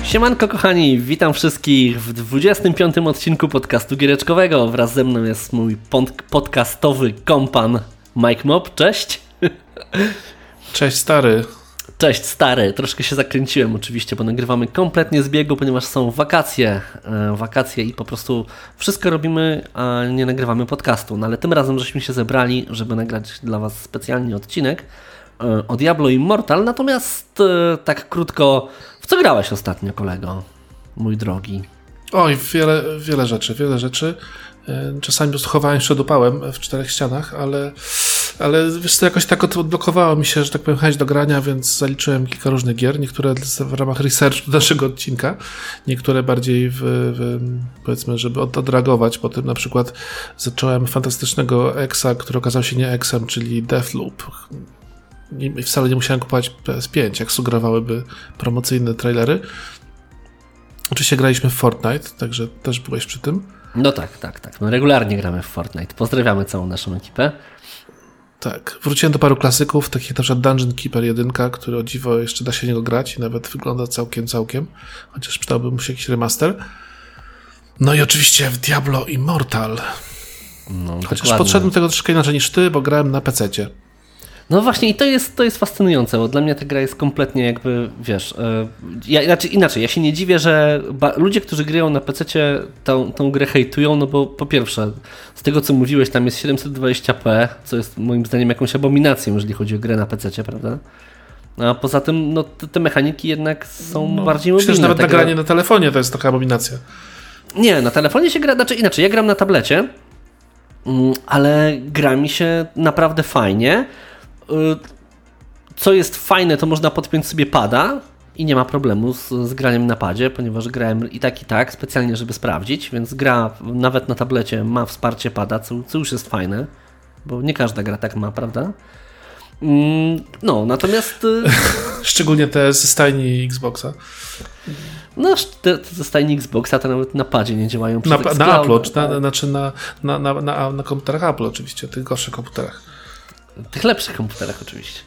Siemanko kochani, witam wszystkich w 25. odcinku podcastu giereczkowego. Wraz ze mną jest mój podcastowy kompan Mike Mob. Cześć. Cześć stary. Cześć stary. Troszkę się zakręciłem oczywiście, bo nagrywamy kompletnie z biegu, ponieważ są wakacje i po prostu wszystko robimy, a nie nagrywamy podcastu. No ale tym razem żeśmy się zebrali, żeby nagrać dla Was specjalnie odcinek o Diablo Immortal. Natomiast tak krótko, w co grałeś ostatnio, kolego, mój drogi? Oj, wiele rzeczy. Czasami po prostu chowałem przed upałem w 4 ścianach, ale wiesz co, jakoś tak odblokowało mi się, że tak powiem, chęć do grania, więc zaliczyłem kilka różnych gier, niektóre w ramach researchu naszego odcinka, niektóre bardziej powiedzmy, żeby odreagować. Potem na przykład zacząłem fantastycznego Exa, który okazał się nie Exem, czyli Deathloop. I wcale nie musiałem kupować PS5, jak sugerowałyby promocyjne trailery. Oczywiście graliśmy w Fortnite, także też byłeś przy tym. No tak. No regularnie gramy w Fortnite. Pozdrawiamy całą naszą ekipę. Tak. Wróciłem do paru klasyków, takich na przykład Dungeon Keeper 1, który o dziwo jeszcze da się niego grać i nawet wygląda całkiem. Chociaż przydałby mu się jakiś remaster. No i oczywiście w Diablo Immortal. No, chociaż dokładnie. podszedłem tego troszkę inaczej niż ty, bo grałem na PC-cie. No właśnie i to jest fascynujące, bo dla mnie ta gra jest kompletnie jakby, wiesz, inaczej, ja się nie dziwię, że ludzie, którzy grają na PC-cie tą grę hejtują, no bo po pierwsze, z tego co mówiłeś, tam jest 720p, co jest moim zdaniem jakąś abominacją, jeżeli chodzi o grę na PC-cie, prawda? A poza tym, no te mechaniki jednak są bardziej mobilne. Myślę, że nawet nagranie na telefonie to jest taka abominacja. Nie, na telefonie się gra, inaczej, ja gram na tablecie, ale gra mi się naprawdę fajnie. Co jest fajne, to można podpiąć sobie pada i nie ma problemu z graniem na padzie, ponieważ grałem i tak, specjalnie żeby sprawdzić, więc gra nawet na tablecie ma wsparcie pada, co już jest fajne, bo nie każda gra tak ma, prawda? No, natomiast... Szczególnie te ze stajni Xboxa. No, te ze stajni Xboxa to nawet na padzie nie działają. Na Apple, znaczy na komputerach Apple oczywiście, tych gorszych komputerach. Tych lepszych komputerach oczywiście.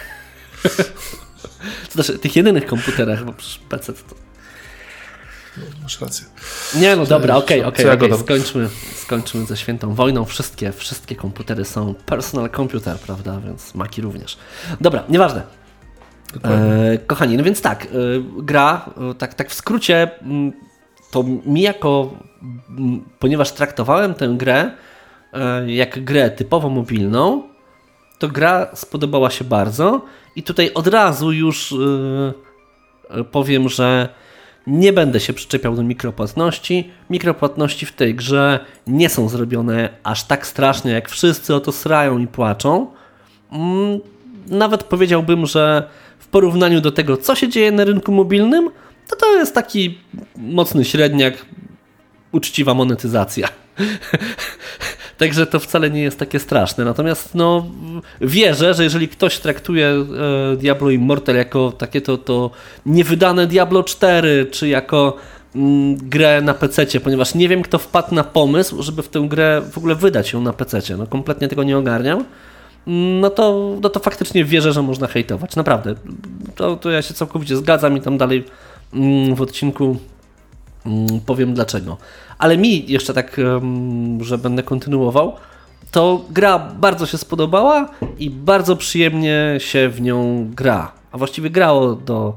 To znaczy, tych jedynych komputerach, bo przecież PC to... No, masz rację. Nie, no dobra, okej. Skończmy ze świętą wojną. Wszystkie komputery są personal computer, prawda, więc Maci również. Dobra, nieważne. Kochani, no więc tak, gra, tak w skrócie, to mi ponieważ traktowałem tę grę jak grę typowo mobilną, to gra spodobała się bardzo i tutaj od razu już powiem, że nie będę się przyczepiał do mikropłatności. Mikropłatności w tej grze nie są zrobione aż tak strasznie, jak wszyscy o to srają i płaczą. Nawet powiedziałbym, że w porównaniu do tego, co się dzieje na rynku mobilnym, to jest taki mocny średniak, uczciwa monetyzacja. Także to wcale nie jest takie straszne. Natomiast no, wierzę, że jeżeli ktoś traktuje Diablo Immortal jako takie to niewydane Diablo 4, czy jako grę na PC-cie, ponieważ nie wiem, kto wpadł na pomysł, żeby w tę grę w ogóle wydać ją na PC-cie. No, kompletnie tego nie ogarniam. No to faktycznie wierzę, że można hejtować. Naprawdę. To ja się całkowicie zgadzam i tam dalej w odcinku powiem dlaczego. Ale mi jeszcze tak, że będę kontynuował, to gra bardzo się spodobała i bardzo przyjemnie się w nią gra. A właściwie grało do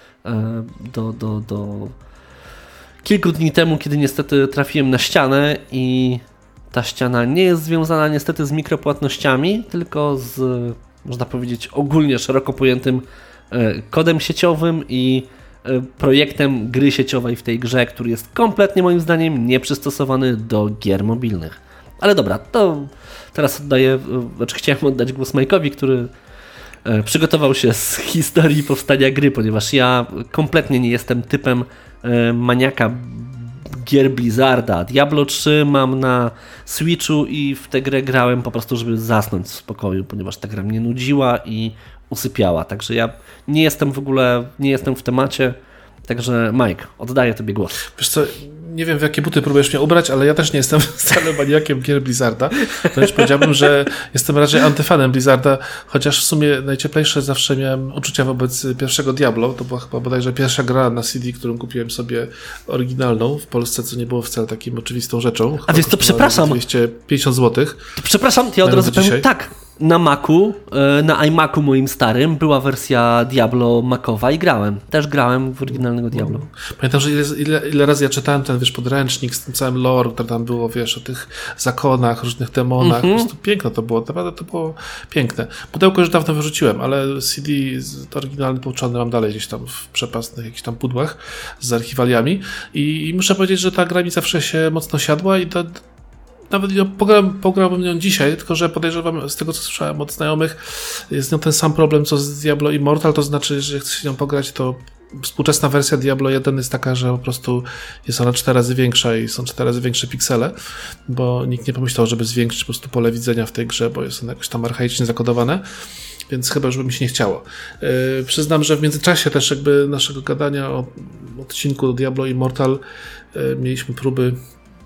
kilku dni temu, kiedy niestety trafiłem na ścianę i ta ściana nie jest związana niestety z mikropłatnościami, tylko z, można powiedzieć, ogólnie szeroko pojętym kodem sieciowym i projektem gry sieciowej w tej grze, który jest kompletnie moim zdaniem nieprzystosowany do gier mobilnych. Ale dobra, to teraz chciałem oddać głos Majkowi, który przygotował się z historii powstania gry, ponieważ ja kompletnie nie jestem typem maniaka gier Blizzarda. Diablo 3 mam na Switchu i w tę grę grałem po prostu, żeby zasnąć w spokoju, ponieważ ta gra mnie nudziła i usypiała. Także ja nie jestem w temacie. Także Mike, oddaję tobie głos. Wiesz co, nie wiem, w jakie buty próbujesz mnie ubrać, ale ja też nie jestem wcale maniakiem gier Blizzarda. Wręcz powiedziałbym, że jestem raczej antyfanem Blizzarda, chociaż w sumie najcieplejsze zawsze miałem uczucia wobec pierwszego Diablo. To była chyba bodajże pierwsza gra na CD, którą kupiłem sobie oryginalną w Polsce, co nie było wcale takim oczywistą rzeczą. A więc to przepraszam. 250 zł. Przepraszam, ja od razu powiem tak. Na Macu, na iMacu moim starym była wersja Diablo Macowa i grałem. Też grałem w oryginalnego Diablo. Pamiętam, że ile razy ja czytałem ten, podręcznik z tym całym lore, które tam było, o tych zakonach, różnych demonach. Po prostu piękne to było. Naprawdę to było piękne. Pudełko już dawno wyrzuciłem, ale CD oryginalny pouczony mam dalej gdzieś tam w przepastnych jakichś tam pudłach z archiwaliami i muszę powiedzieć, że ta gra mi zawsze się mocno siadła i to nawet pograłbym nią dzisiaj, tylko że podejrzewam, z tego co słyszałem od znajomych, jest nią ten sam problem co z Diablo Immortal, to znaczy, że jak chce się nią pograć, to współczesna wersja Diablo 1 jest taka, że po prostu jest ona 4 razy większa i są 4 razy większe piksele, bo nikt nie pomyślał, żeby zwiększyć po prostu pole widzenia w tej grze, bo jest one jakoś tam archaicznie zakodowane, więc chyba już by mi się nie chciało. Przyznam, że w międzyczasie też jakby naszego gadania o odcinku Diablo Immortal mieliśmy próby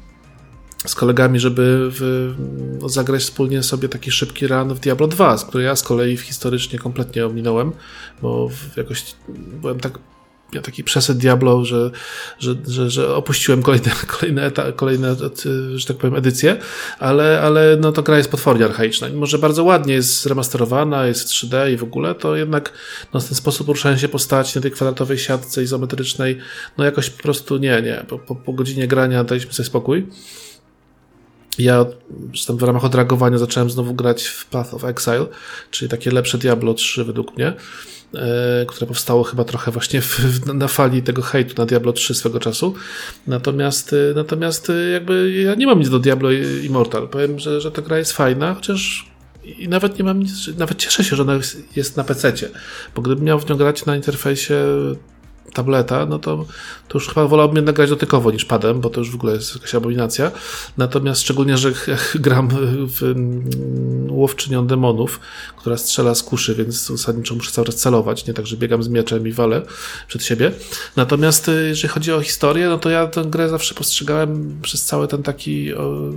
z kolegami, żeby zagrać wspólnie sobie taki szybki run w Diablo 2, z której ja z kolei historycznie kompletnie ominąłem, bo jakoś byłem miał taki przesyt Diablo, że opuściłem kolejne, że tak powiem, edycje, ale no to gra jest potwornie archaiczna. Mimo że bardzo ładnie jest zremasterowana, jest w 3D i w ogóle, to jednak no, ten sposób poruszania się postaci na tej kwadratowej siatce izometrycznej, no jakoś po prostu nie. Po godzinie grania daliśmy sobie spokój. Ja w ramach odreagowania zacząłem znowu grać w Path of Exile, czyli takie lepsze Diablo 3 według mnie, które powstało chyba trochę właśnie na fali tego hejtu na Diablo 3 swego czasu. Natomiast jakby ja nie mam nic do Diablo Immortal. Powiem, że ta gra jest fajna, chociaż i nawet nie mam nic, nawet cieszę się, że ona jest na PC-cie, bo gdybym miał w nią grać na interfejsie tableta, no to już chyba wolałbym nagrać dotykowo niż padem, bo to już w ogóle jest jakaś abominacja. Natomiast szczególnie, że gram w łowczynią demonów, która strzela z kuszy, więc zasadniczo muszę cały czas celować, nie tak, że biegam z mieczem i walę przed siebie. Natomiast jeżeli chodzi o historię, no to ja tę grę zawsze postrzegałem przez cały ten taki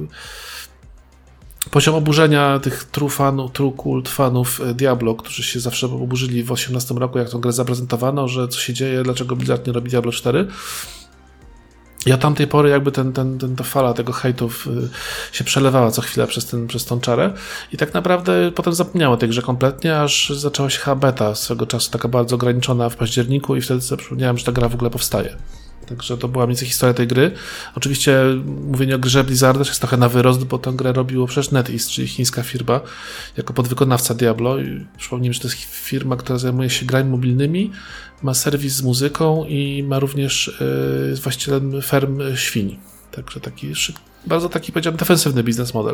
poziom oburzenia tych true cult fanów Diablo, którzy się zawsze oburzyli w 2018 roku, jak tę grę zaprezentowano, że co się dzieje, dlaczego Blizzard nie robi Diablo 4. I od tamtej pory jakby ta fala tego hejtów się przelewała co chwilę przez tą czarę i tak naprawdę potem zapomniałem o tej grze kompletnie, aż zaczęła się chyba beta swego czasu, taka bardzo ograniczona w październiku i wtedy sobie przypomniałem, że ta gra w ogóle powstaje. Także to była mniej więcej historia tej gry. Oczywiście mówienie o grze Blizzard też jest trochę na wyrost, bo tę grę robiło przecież NetEase, czyli chińska firma, jako podwykonawca Diablo. I przypomnijmy, że to jest firma, która zajmuje się grami mobilnymi, ma serwis z muzyką i ma również jest właścicielem ferm świń. Także taki bardzo taki, powiedziałbym, defensywny biznes model.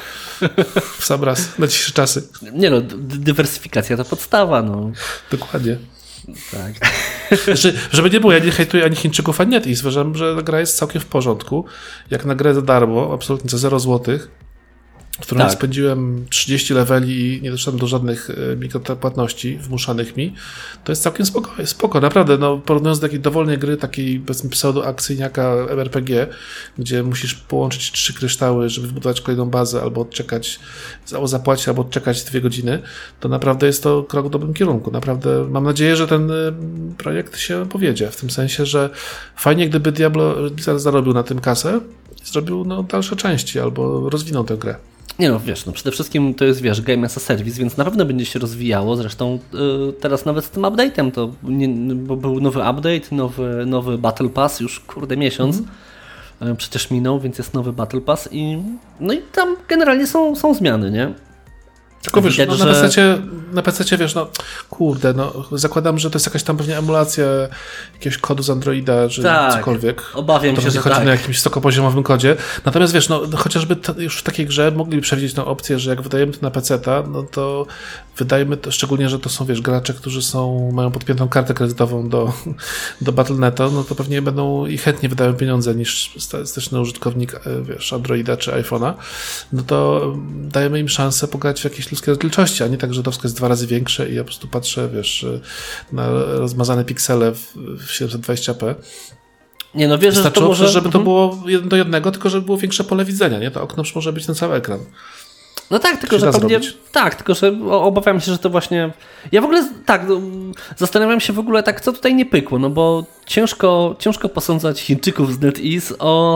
W sam raz, na dzisiejsze czasy. Nie no, dywersyfikacja to podstawa. No. Dokładnie. Tak. Żeby nie było, ja nie hejtuję ani Chińczyków, ani NetEase. Uważam, że ta gra jest całkiem w porządku. Jak na grę za darmo, absolutnie za 0 złotych, w którą tak. Spędziłem 30 leveli i nie doszedłem do żadnych mikropłatności wmuszanych mi, to jest całkiem spoko. Naprawdę, no, porównując do takiej dowolnej gry, takiej pseudo-akcyjniaka MRPG, gdzie musisz połączyć 3 kryształy, żeby wybudować kolejną bazę, albo odczekać, zapłacić, albo odczekać 2 godziny, to naprawdę jest to krok w dobrym kierunku. Naprawdę mam nadzieję, że ten projekt się powiedzie, w tym sensie, że fajnie, gdyby Diablo Blizzard zarobił na tym kasę i zrobił dalsze części, albo rozwinął tę grę. Nie no, wiesz, przede wszystkim to jest, game as a service, więc na pewno będzie się rozwijało, zresztą teraz nawet z tym update'em, bo był nowy update, nowy Battle Pass, już miesiąc przecież minął, więc jest nowy Battle Pass i tam generalnie są zmiany, nie? Tylko wiesz, na PC wiesz, zakładam, że to jest jakaś tam pewnie emulacja jakiegoś kodu z Androida, czy cokolwiek. Obawiam się, że chodzi na jakimś wysokopoziomowym kodzie. Natomiast wiesz, chociażby już w takiej grze mogliby przewidzieć opcję, że jak wydajemy to na PC-ta, no to wydajemy to, szczególnie, że to są, wiesz, gracze, którzy mają podpiętą kartę kredytową do Battle.neta, no to pewnie będą i chętnie wydają pieniądze niż statystyczny użytkownik, wiesz, Androida czy iPhone'a, no to dajemy im szansę pograć w jakieś ludzkie rozdzielczości, a nie tak, że to wszystko jest 2 razy większe i ja po prostu patrzę, wiesz, na rozmazane piksele w 720p. Nie, no wiesz, wystarczyło, że to może... żeby to było 1:1, tylko żeby było większe pole widzenia, nie? To okno może być na cały ekran. No tak, tylko że pewnie, tylko że obawiam się, że to właśnie... Ja w ogóle zastanawiam się w ogóle tak, co tutaj nie pykło, no bo ciężko posądzać Chińczyków z NetEase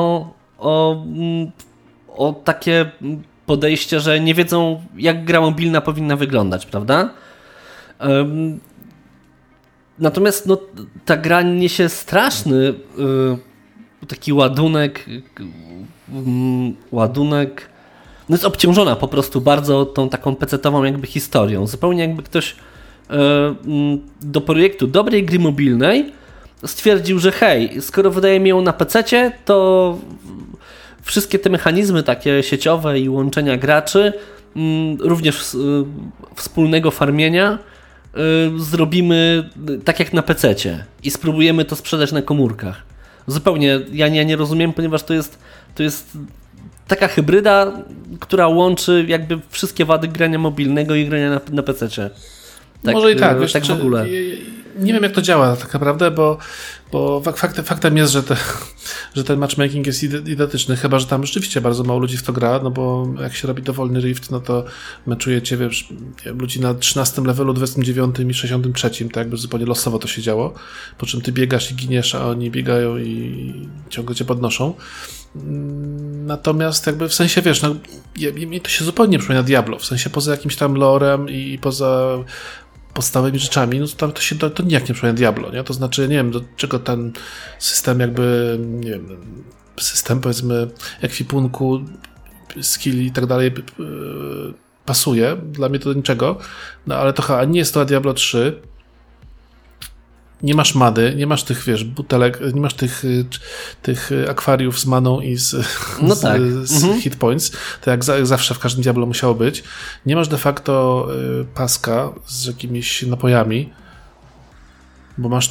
o takie podejście, że nie wiedzą, jak gra mobilna powinna wyglądać, prawda? Natomiast no, ta gra niesie straszny taki ładunek no jest obciążona po prostu bardzo tą taką pecetową jakby historią. Zupełnie jakby ktoś do projektu dobrej gry mobilnej stwierdził, że hej, skoro wydajemy ją na pececie, to wszystkie te mechanizmy takie sieciowe i łączenia graczy, również wspólnego farmienia, zrobimy tak jak na pececie i spróbujemy to sprzedać na komórkach. Zupełnie ja nie rozumiem, ponieważ to jest taka hybryda, która łączy jakby wszystkie wady grania mobilnego i grania na pececie. Tak, może i tak, wiesz, tak w ogóle. Nie wiem, jak to działa tak naprawdę, bo faktem jest, że ten matchmaking jest identyczny, chyba że tam rzeczywiście bardzo mało ludzi w to gra, no bo jak się robi dowolny Rift, no to meczujecie, wiesz, ludzi na 13 levelu, 29 i 63, tak jakby zupełnie losowo to się działo, po czym ty biegasz i giniesz, a oni biegają i ciągle cię podnoszą. Natomiast jakby w sensie, wiesz, no mi to się zupełnie przypomina Diablo, w sensie poza jakimś tam lorem i poza podstawowymi rzeczami, no to nijak nie przypomina Diablo, nie? To znaczy, nie wiem, do czego ten system jakby, nie wiem, system powiedzmy ekwipunku, skilli i tak dalej pasuje. Dla mnie to do niczego, no ale to chyba nie jest to Diablo 3. Nie masz mady, nie masz tych, wiesz, butelek, nie masz tych akwariów z maną i z hit points, to jak zawsze w każdym Diablo musiało być. Nie masz de facto paska z jakimiś napojami, bo masz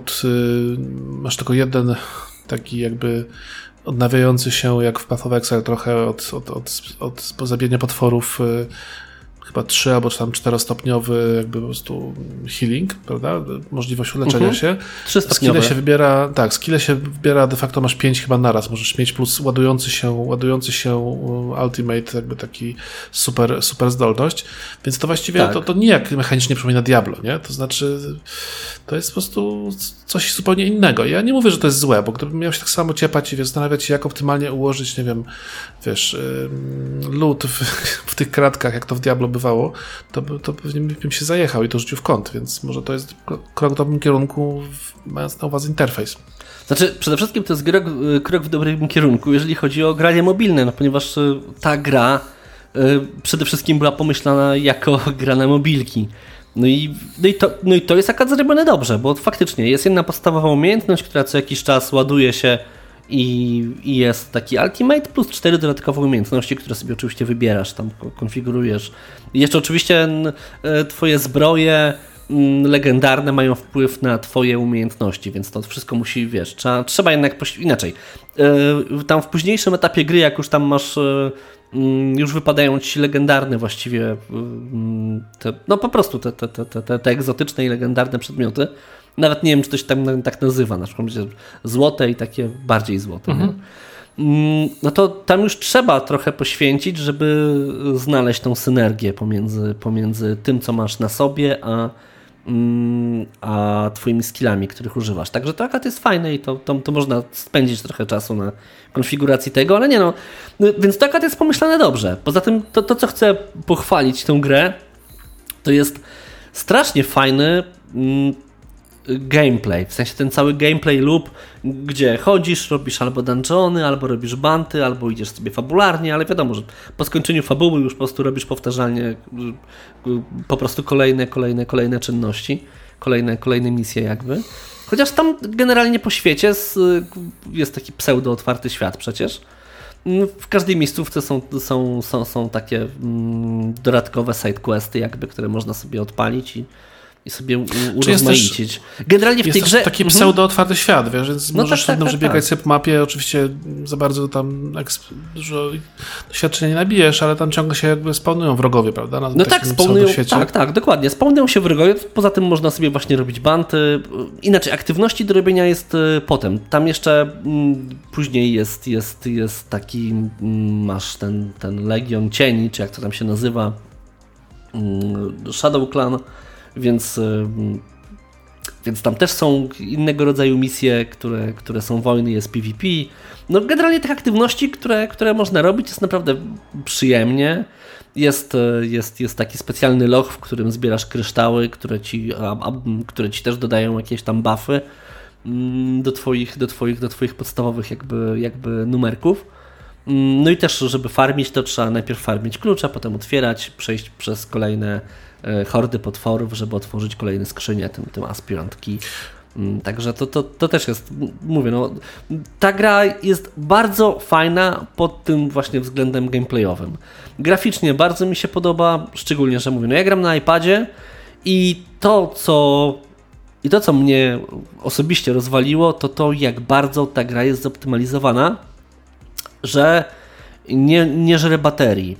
tylko jeden taki jakby odnawiający się jak w Path of Exile trochę od zabijania potworów, chyba 3 albo tam 4-stopniowy jakby po prostu healing, prawda? Możliwość uleczenia się. 3-stopniowe. Skille się wybiera, de facto masz 5 chyba naraz, możesz mieć plus ładujący się ultimate, jakby taki super zdolność, więc to właściwie to nijak mechanicznie przypomina Diablo, nie? To znaczy to jest po prostu coś zupełnie innego. Ja nie mówię, że to jest złe, bo gdybym miał się tak samo ciepać i zastanawiać się, jak optymalnie ułożyć, nie wiem, wiesz, loot w tych kratkach, jak to w Diablo bywało, to pewnie bym się zajechał i to rzucił w kąt, więc może to jest krok w dobrym kierunku, mając na uwadze interfejs. Znaczy, przede wszystkim to jest krok w dobrym kierunku, jeżeli chodzi o granie mobilne, no ponieważ ta gra przede wszystkim była pomyślana jako gra na mobilki. No i to jest akurat zrobione dobrze, bo faktycznie jest jedna podstawowa umiejętność, która co jakiś czas ładuje się i jest taki ultimate, plus 4 dodatkowe umiejętności, które sobie oczywiście wybierasz, tam konfigurujesz. I jeszcze oczywiście twoje zbroje legendarne mają wpływ na twoje umiejętności, więc to wszystko musi, wiesz, trzeba jednak inaczej. Tam w późniejszym etapie gry, jak już tam masz już wypadają ci legendarne właściwie po prostu te egzotyczne i legendarne przedmioty. Nawet nie wiem, czy to się tam tak nazywa, na przykład złote i takie bardziej złote. No to tam już trzeba trochę poświęcić, żeby znaleźć tą synergię pomiędzy tym, co masz na sobie, a twoimi skillami, których używasz. Także to akurat jest fajne i to można spędzić trochę czasu na konfiguracji tego, ale nie no. Więc to akurat jest pomyślane dobrze. Poza tym to co chcę pochwalić tę grę, to jest strasznie fajny gameplay, w sensie ten cały gameplay loop, gdzie chodzisz, robisz albo dungeony, albo robisz banty, albo idziesz sobie fabularnie, ale wiadomo, że po skończeniu fabuły już po prostu robisz powtarzalnie po prostu kolejne czynności, kolejne misje jakby. Chociaż tam generalnie po świecie jest taki pseudo-otwarty świat przecież. W każdej miejscówce są takie dodatkowe sidequesty jakby, które można sobie odpalić i sobie urozmaicić. Generalnie w tej grze... taki pseudo-otwarty świat, wiesz, więc możesz dobrze biegać sobie po mapie, oczywiście za bardzo tam dużo doświadczenia nie nabijesz, ale tam ciągle się jakby spawnują wrogowie, prawda? Spawnują, tak, dokładnie. Spawnują się wrogowie, poza tym można sobie właśnie robić banty. Inaczej, aktywności do robienia jest potem. Tam jeszcze później jest taki, masz ten Legion Cieni, czy jak to tam się nazywa, Shadow Clan, więc tam też są innego rodzaju misje, które są wojny, jest PvP. No generalnie tych aktywności, które można robić, jest naprawdę przyjemnie. Jest taki specjalny loch, w którym zbierasz kryształy, które ci też dodają jakieś tam buffy do twoich podstawowych jakby numerków. No i też, żeby farmić, to trzeba najpierw farmić klucza, potem otwierać, przejść przez kolejne hordy potworów, żeby otworzyć kolejne skrzynie, tym aspirantki. Także to też jest, mówię, no, ta gra jest bardzo fajna pod tym właśnie względem gameplayowym. Graficznie bardzo mi się podoba, szczególnie, że mówię, no ja gram na iPadzie i to, co mnie osobiście rozwaliło, to jak bardzo ta gra jest zoptymalizowana, że nie żre baterii.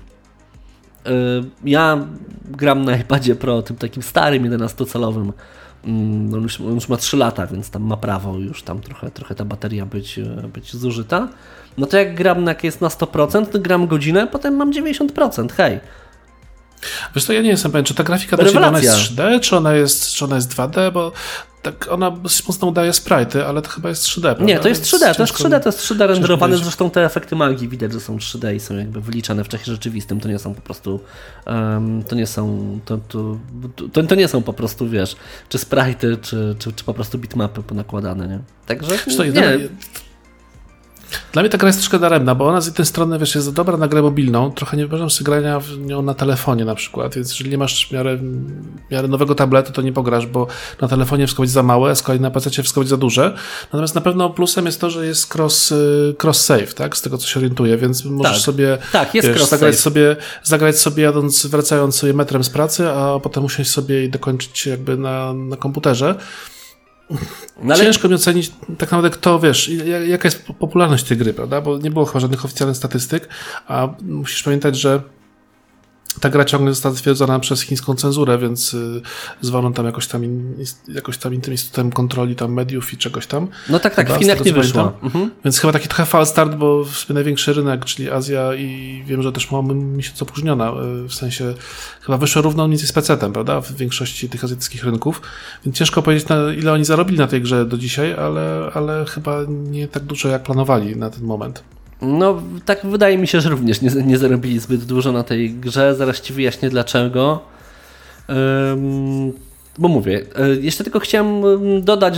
Ja gram na iPadzie Pro, tym takim starym 11-calowym. On już ma 3 lata, więc tam ma prawo już tam trochę ta bateria być zużyta. No to jak gram jest na 100%, to gram godzinę, potem mam 90%, hej. Wiesz co, ja nie jestem pewien, czy ta grafika do ciebie ona jest 3D, czy ona jest 2D, bo tak ona dosyć mocno udaje sprite'y, ale to chyba jest 3D, prawda? Nie, to jest 3D, to jest 3D renderowane, zresztą te efekty magii widać, że są 3D i są jakby wyliczane w czasie rzeczywistym, to nie są po prostu to nie są po prostu, wiesz, czy sprite'y, czy po prostu bitmapy ponakładane, nie? Także Dla mnie ta gra jest troszkę daremna, bo ona z jednej strony, wiesz, jest dobra na grę mobilną, trochę nie wyobrażam sobie grania w nią na telefonie na przykład, więc jeżeli nie masz w miarę nowego tabletu, to nie pograsz, bo na telefonie wszystko będzie za małe, a z kolei na PC wszystko będzie za duże. Natomiast na pewno plusem jest to, że jest cross-save, tak? Z tego, co się orientuję, więc możesz sobie, zagrać sobie wracając sobie metrem z pracy, a potem usiąść sobie i dokończyć jakby na komputerze. No, ciężko mi ocenić tak naprawdę kto, wiesz, jaka jest popularność tej gry, prawda? Bo nie było chyba żadnych oficjalnych statystyk, a musisz pamiętać, że ta gra ciągle została zatwierdzona przez chińską cenzurę, więc zwaną tam jakoś tam tym instytutem kontroli tam mediów i czegoś tam. No tak, w Chinach nie wyszło. Więc chyba taki trochę fal start, bo w sumie największy rynek, czyli Azja i wiem, że też mamy miesiąc opóźniona, w sensie chyba wyszło równo mniej więcej z PC-tem, prawda? W większości tych azjatyckich rynków. Więc ciężko powiedzieć, ile oni zarobili na tej grze do dzisiaj, ale chyba nie tak dużo, jak planowali na ten moment. No, tak wydaje mi się, że również nie zarobili zbyt dużo na tej grze. Zaraz ci wyjaśnię dlaczego. Bo mówię, jeszcze tylko chciałem dodać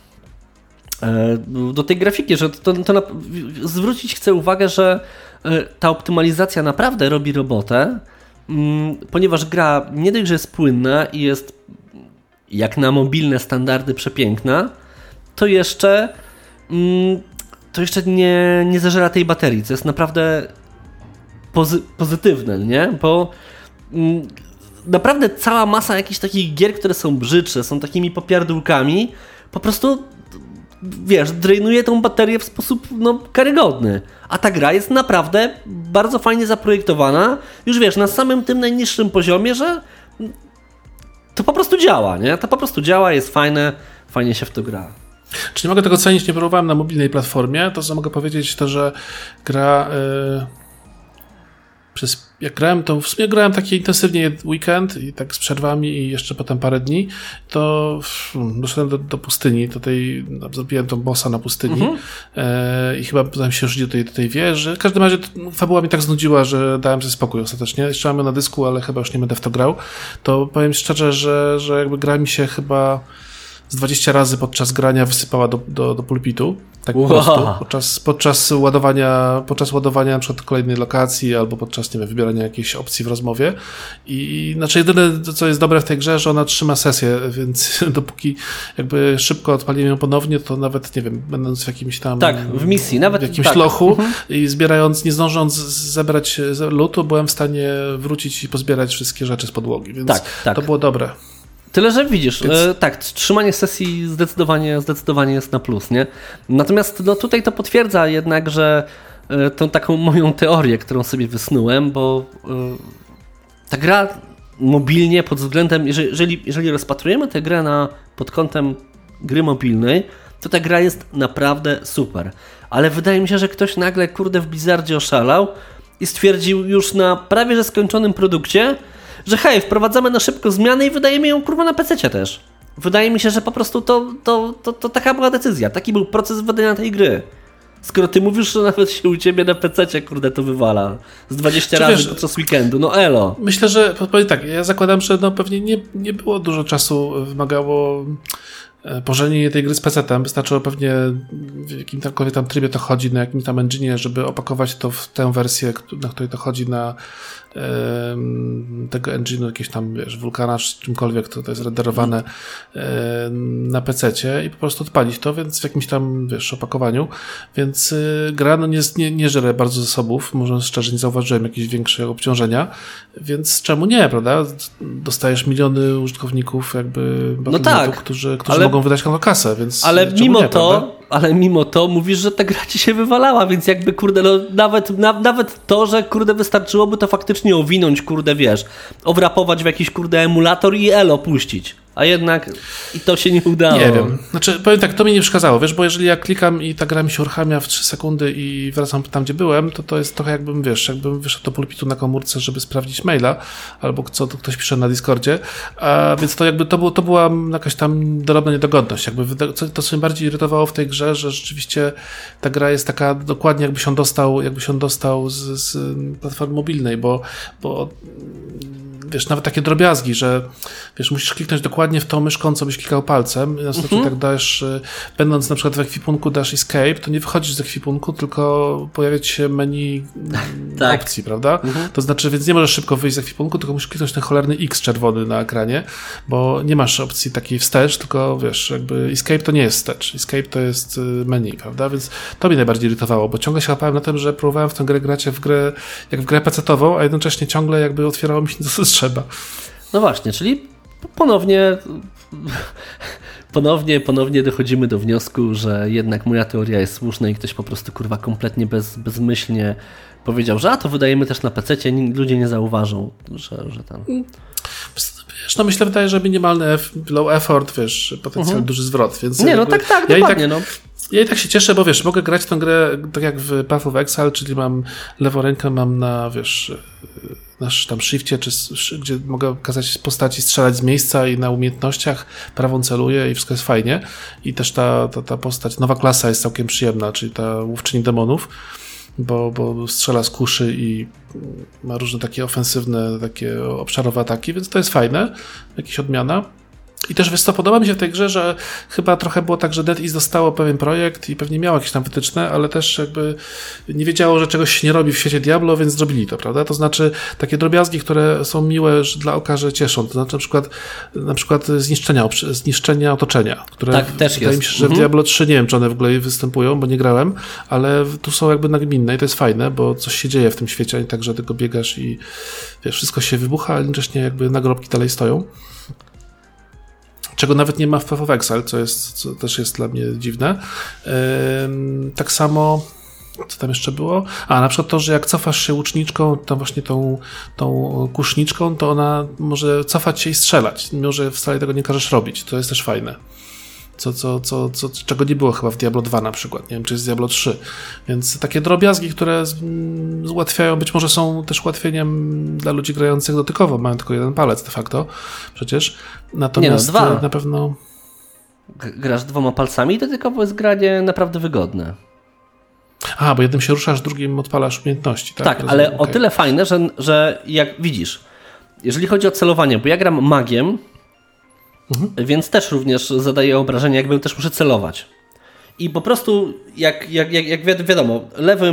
do tej grafiki, że zwrócić chcę uwagę, że ta optymalizacja naprawdę robi robotę, ponieważ gra nie dość, że jest płynna i jest jak na mobilne standardy przepiękna, to jeszcze nie zażera tej baterii, co jest naprawdę pozytywne, nie? Bo naprawdę cała masa jakichś takich gier, które są brzydsze, są takimi popierdółkami, po prostu, wiesz, drejnuje tą baterię w sposób karygodny. A ta gra jest naprawdę bardzo fajnie zaprojektowana, już wiesz, na samym tym najniższym poziomie, że to po prostu działa, nie? To po prostu działa, jest fajne, fajnie się w to gra. Czy nie mogę tego cenić, nie próbowałem na mobilnej platformie, to co mogę powiedzieć to, że gra jak grałem, to w sumie grałem taki intensywnie weekend i tak z przerwami i jeszcze potem parę dni, to doszedłem do pustyni, zrobiłem tą bossa na pustyni i chyba potem się rzucił do tej wieży. W każdym razie fabuła mi tak znudziła, że dałem sobie spokój ostatecznie. Jeszcze mam ją na dysku, ale chyba już nie będę w to grał. To powiem szczerze, że jakby gra mi się chyba z 20 razy podczas grania wysypała do pulpitu. Tak po prostu. Podczas ładowania na przykład kolejnej lokacji albo podczas, nie wiem, wybierania jakiejś opcji w rozmowie. I znaczy jedyne, co jest dobre w tej grze, że ona trzyma sesję, więc dopóki jakby szybko odpaliłem ją ponownie, to nawet, nie wiem, będąc w jakimś tam... Tak, w misji, nawet w jakimś lochu i zbierając, nie zdążąc zebrać lootu, byłem w stanie wrócić i pozbierać wszystkie rzeczy z podłogi, więc to było dobre. Tyle, że widzisz, tak, trzymanie sesji zdecydowanie jest na plus, nie? Natomiast no, tutaj to potwierdza jednak, że tą taką moją teorię, którą sobie wysnułem, bo ta gra mobilnie pod względem, jeżeli rozpatrujemy tę grę pod kątem gry mobilnej, to ta gra jest naprawdę super. Ale wydaje mi się, że ktoś nagle, w Blizzardzie oszalał i stwierdził już na prawie że skończonym produkcie, że hej, wprowadzamy na szybko zmiany i wydajemy ją na PC-cie też. Wydaje mi się, że po prostu to taka była decyzja. Taki był proces wydania tej gry. Skoro ty mówisz, że nawet się u ciebie na PC-cie, to wywala z 20 razy podczas weekendu, no elo. Myślę, że, powiem tak, ja zakładam, że no pewnie nie było dużo czasu, wymagało pożenienie tej gry z PC-tem. Wystarczyło pewnie w jakimkolwiek tam trybie to chodzi, na jakimś tam engine'ie, żeby opakować to w tę wersję, na której to chodzi, na tego engine'u, jakieś tam, wiesz, Vulkana czy czymkolwiek, to jest renderowane na PC-cie i po prostu odpalić to, więc w jakimś tam, wiesz, opakowaniu. Więc gra no nie żere bardzo zasobów, może szczerze nie zauważyłem jakiegoś większego obciążenia, więc czemu nie, prawda? Dostajesz miliony użytkowników jakby którzy mogą wydać na to kasę, więc ale mimo to mówisz, że ta gra ci się wywalała, więc jakby nawet to, że wystarczyłoby to faktycznie owinąć, wiesz, owrapować w jakiś emulator i elo puścić. A jednak i to się nie udało. Nie wiem. Znaczy, powiem tak, to mi nie przeszkadzało, wiesz, bo jeżeli ja klikam i ta gra mi się uruchamia w 3 sekundy i wracam tam, gdzie byłem, to jest trochę jakbym wyszedł do pulpitu na komórce, żeby sprawdzić maila, albo co to ktoś pisze na Discordzie, więc to jakby to była jakaś tam drobna niedogodność. Jakby to, co mnie bardziej irytowało w tej grze, że rzeczywiście ta gra jest taka dokładnie jakby się dostał z platformy mobilnej, bo wiesz, nawet takie drobiazgi, że wiesz, musisz kliknąć dokładnie w tą myszką, co byś klikał palcem. Następnie tak dasz, będąc na przykład w ekwipunku, dasz escape, to nie wychodzisz z ekwipunku, tylko pojawia ci się menu opcji, prawda? To znaczy, więc nie możesz szybko wyjść z ekwipunku, tylko musisz kliknąć ten cholerny X czerwony na ekranie, bo nie masz opcji takiej wstecz, tylko wiesz, jakby escape to nie jest wstecz. Escape to jest menu, prawda? Więc to mnie najbardziej irytowało, bo ciągle się łapałem na tym, że próbowałem w tę grę grać jak w grę pecetową, a jednocześnie ciągle jakby otwierało mi się to, co trzeba. No właśnie, czyli ponownie dochodzimy do wniosku, że jednak moja teoria jest słuszna i ktoś po prostu kompletnie bezmyślnie powiedział, że to wydajemy też na PC-cie, ludzie nie zauważą, że tam... Wiesz, no myślę, wydaje, że minimalny low effort, wiesz, potencjalnie duży zwrot, więc... Nie, no tak, dokładnie, Ja i tak się cieszę, bo wiesz, mogę grać tę grę tak jak w Path of Exile, czyli mam lewą rękę, mam na, wiesz, na tam shifcie, gdzie mogę kazać postaci strzelać z miejsca i na umiejętnościach prawą celuję i wszystko jest fajnie. I też ta postać, nowa klasa jest całkiem przyjemna, czyli ta łowczyni demonów, bo strzela z kuszy i ma różne takie ofensywne, takie obszarowe ataki, więc to jest fajne, jakaś odmiana. I też wiesz co, podoba mi się w tej grze, że chyba trochę było tak, że NetEase dostało pewien projekt i pewnie miało jakieś tam wytyczne, ale też jakby nie wiedziało, że czegoś się nie robi w świecie Diablo, więc zrobili to, prawda? To znaczy takie drobiazgi, które są miłe dla oka, że cieszą. To znaczy na przykład zniszczenia otoczenia, które tak, też wydaje mi się, że w Diablo 3 nie wiem, czy one w ogóle występują, bo nie grałem, ale tu są jakby nagminne i to jest fajne, bo coś się dzieje w tym świecie, a nie tak, że tylko biegasz i wiesz, wszystko się wybucha, ale jednocześnie jakby nagrobki dalej stoją. Czego nawet nie ma w Path of Exile, co też jest dla mnie dziwne. Tak samo, co tam jeszcze było? Na przykład to, że jak cofasz się łuczniczką, to właśnie tą kuszniczką, to ona może cofać się i strzelać, mimo że wcale tego nie każesz robić. To jest też fajne. Czego nie było chyba w Diablo 2 na przykład, nie wiem, czy jest Diablo 3. Więc takie drobiazgi, które ułatwiają, być może są też ułatwieniem dla ludzi grających dotykowo, mają tylko jeden palec de facto przecież. Natomiast nie, dwa. Na pewno... Grasz 2 palcami i dotykowo jest granie naprawdę wygodne. Bo jednym się ruszasz, drugim odpalasz umiejętności, tak? Tak, ale o tyle fajne, że jak widzisz, jeżeli chodzi o celowanie, bo ja gram magiem, więc też również zadaję obrażenia, jakbym też muszę celować. I po prostu, jak wiadomo,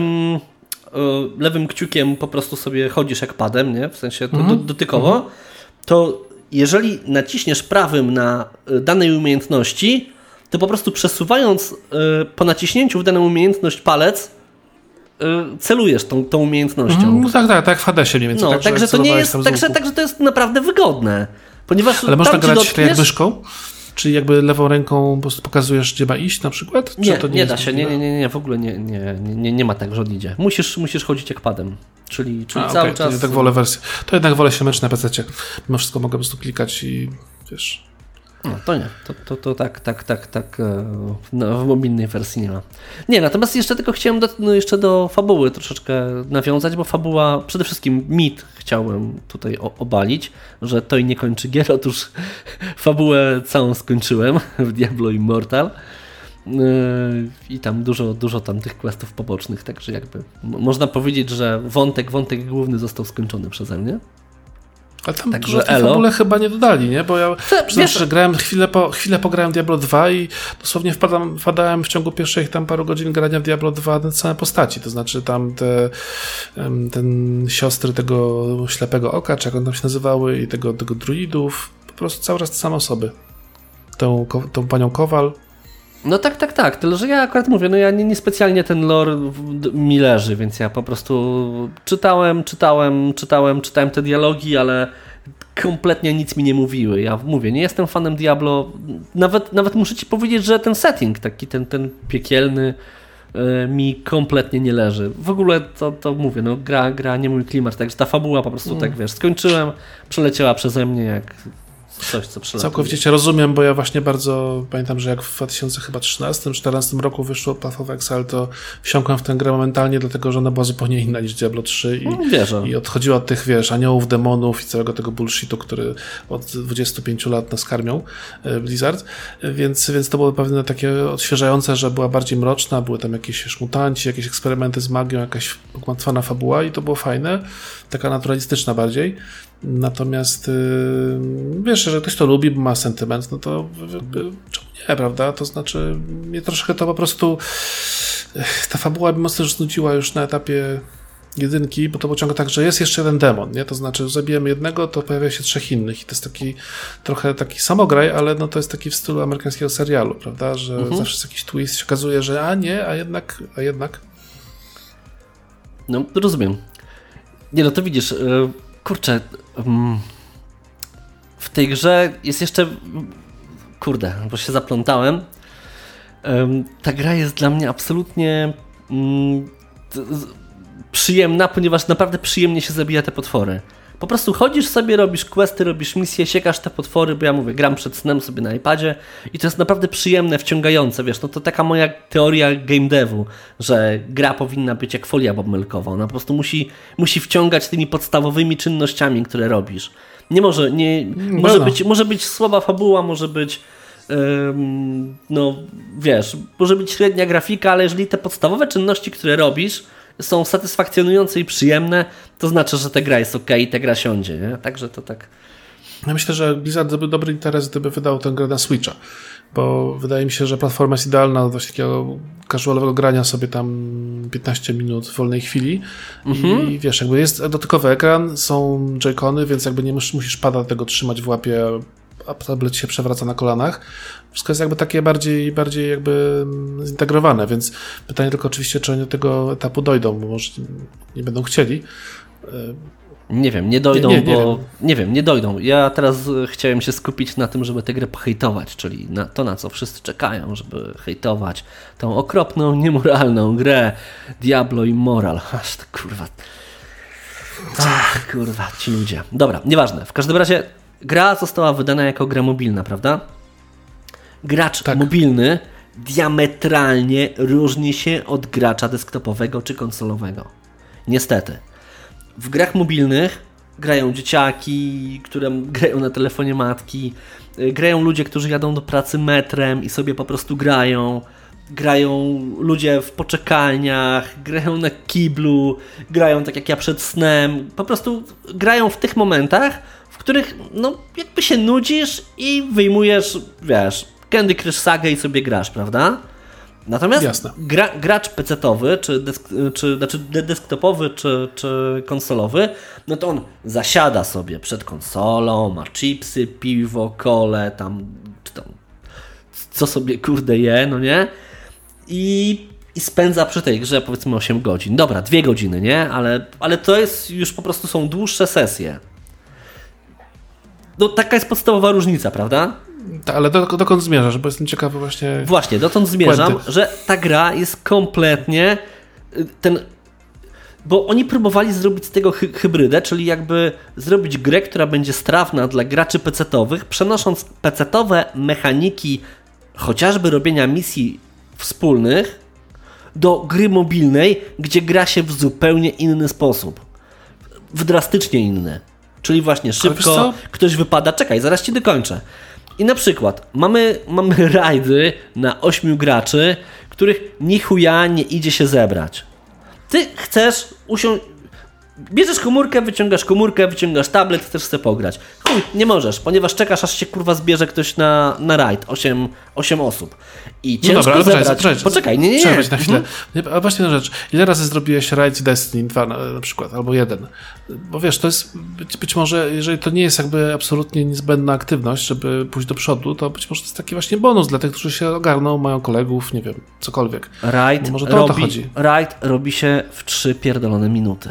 lewym kciukiem po prostu sobie chodzisz jak padem, nie? W sensie dotykowo, to jeżeli naciśniesz prawym na danej umiejętności, to po prostu przesuwając po naciśnięciu w daną umiejętność palec, celujesz tą umiejętnością. Tak, w Hadesie mniej więcej. Także to nie jest, także to jest naprawdę wygodne. Ponieważ ale można grać tak jak myszką? Czyli jakby lewą ręką po prostu pokazujesz, gdzie ma iść na przykład? Czy nie, to nie da się. Nie, w ogóle nie ma tak, że on idzie. Musisz chodzić jak padem. Czyli cały czas... To jednak wolę się mecz na PC-cie. Mimo wszystko mogę po prostu klikać i wiesz... No to nie, to tak w mobilnej wersji nie ma. Nie, natomiast jeszcze tylko chciałem jeszcze do fabuły troszeczkę nawiązać, bo fabuła, przede wszystkim mit chciałem tutaj obalić, że to i nie kończy gier. Otóż fabułę całą skończyłem w Diablo Immortal i tam dużo tam tych questów pobocznych, także jakby można powiedzieć, że wątek główny został skończony przeze mnie. Ale tam także w fabule chyba nie dodali, nie? Bo ja przyznam, że grałem chwilę pograłem w Diablo 2 i dosłownie wpadałem w ciągu pierwszych tam paru godzin grania w Diablo 2 na same postaci, to znaczy tam ten siostry tego ślepego oka, czy jak one tam się nazywały, i tego druidów, po prostu cały czas te same osoby. Tą panią Kowal. No tak, tyle że ja akurat mówię, no ja niespecjalnie ten lore mi leży, więc ja po prostu czytałem te dialogi, ale kompletnie nic mi nie mówiły. Ja mówię, nie jestem fanem Diablo, nawet muszę ci powiedzieć, że ten setting, taki ten piekielny mi kompletnie nie leży. W ogóle to mówię, no gra nie mój klimat, także ta fabuła po prostu tak, wiesz, skończyłem, przeleciała przeze mnie jak coś, co przelatuje. Całkowicie cię rozumiem, bo ja właśnie bardzo pamiętam, że jak w 2013-2014 roku wyszło Path of Exile, to wsiąkłem w tę grę momentalnie, dlatego że ona była zupełnie inna niż Diablo 3 i odchodziła od tych, wiesz, aniołów, demonów i całego tego bullshitu, który od 25 lat nas karmią Blizzard, więc to było pewnie takie odświeżające, że była bardziej mroczna, były tam jakieś mutanci, jakieś eksperymenty z magią, jakaś pogmatwana fabuła i to było fajne, taka naturalistyczna bardziej. Natomiast wiesz, że ktoś to lubi, bo ma sentyment, no to czemu nie, prawda? To znaczy mnie troszkę to po prostu ta fabuła by mocno znudziła już na etapie jedynki, bo to było ciągle tak, że jest jeszcze jeden demon, nie? To znaczy zabijemy jednego, to pojawia się 3 innych i to jest taki trochę taki samograj, ale no to jest taki w stylu amerykańskiego serialu, prawda? Że zawsze jest jakiś twist, się okazuje, że a jednak. No, rozumiem. Nie, no to widzisz, kurczę, w tej grze jest jeszcze, bo się zaplątałem, ta gra jest dla mnie absolutnie przyjemna, ponieważ naprawdę przyjemnie się zabija te potwory. Po prostu chodzisz sobie, robisz questy, robisz misje, siekasz te potwory, bo ja mówię, gram przed snem sobie na iPadzie i to jest naprawdę przyjemne, wciągające, wiesz, no to taka moja teoria game devu, że gra powinna być jak folia bobmelkowa, ona po prostu musi wciągać tymi podstawowymi czynnościami, które robisz. Może być słaba fabuła, może być no wiesz, może być średnia grafika, ale jeżeli te podstawowe czynności, które robisz, są satysfakcjonujące i przyjemne, to znaczy, że ta gra jest okej, ta gra siądzie, nie? Także to tak. Ja myślę, że Blizzard byłby dobry interes, gdyby wydał tę grę na Switcha, bo wydaje mi się, że platforma jest idealna do takiego casualowego grania sobie tam 15 minut w wolnej chwili i wiesz, jakby jest dotykowy ekran, są joycony, więc jakby nie musisz pada tego trzymać w łapie, a tablet się przewraca na kolanach. Wszystko jest jakby takie bardziej jakby zintegrowane, więc pytanie tylko oczywiście, czy oni do tego etapu dojdą, bo może nie będą chcieli. Nie wiem, nie dojdą, nie dojdą. Ja teraz chciałem się skupić na tym, żeby tę grę pohejtować, czyli na to, na co wszyscy czekają, żeby hejtować tą okropną, niemoralną grę Diablo Immortal. Aż to kurwa, ci ludzie. Dobra, nieważne. W każdym razie gra została wydana jako gra mobilna, prawda? Gracz mobilny diametralnie różni się od gracza desktopowego czy konsolowego. Niestety. W grach mobilnych grają dzieciaki, które grają na telefonie matki, grają ludzie, którzy jadą do pracy metrem i sobie po prostu grają ludzie w poczekalniach, grają na kiblu, grają tak jak ja przed snem, po prostu grają w tych momentach, w których no jakby się nudzisz i wyjmujesz, wiesz, Candy Crush Saga i sobie grasz, prawda? Natomiast gracz PC-towy, czy desktopowy, czy konsolowy, no to on zasiada sobie przed konsolą, ma chipsy, piwo, kolę, czy tam co sobie kurde je, no nie? I spędza przy tej grze powiedzmy 8 godzin. Dobra, 2 godziny, nie? Ale to jest już po prostu są dłuższe sesje. No taka jest podstawowa różnica, prawda? Ale dokąd zmierzasz? Bo jestem ciekawy właśnie... Właśnie, dotąd zmierzam, że ta gra jest kompletnie bo oni próbowali zrobić z tego hybrydę, czyli jakby zrobić grę, która będzie strawna dla graczy pecetowych, przenosząc pecetowe mechaniki chociażby robienia misji wspólnych do gry mobilnej, gdzie gra się w zupełnie inny sposób. W drastycznie inny. Czyli właśnie szybko, ktoś wypada, czekaj, zaraz ci dokończę. I na przykład mamy rajdy na 8 graczy, których ni chuja nie idzie się zebrać. Ty chcesz usiąść, bierzesz komórkę, wyciągasz tablet, chcesz sobie pograć. Chuj, nie możesz, ponieważ czekasz, aż się kurwa zbierze ktoś na rajd, 8 osób. I ciężko zebrać. Poczekaj, nie. Przerwać na chwilę. A właśnie jedna rzecz. Ile razy zrobiłeś rajd Destiny 2 na przykład, albo 1? Bo wiesz, to jest być może, jeżeli to nie jest jakby absolutnie niezbędna aktywność, żeby pójść do przodu, to być może to jest taki właśnie bonus dla tych, którzy się ogarną, mają kolegów, nie wiem, cokolwiek. Rajd robi się w 3 pierdolone minuty.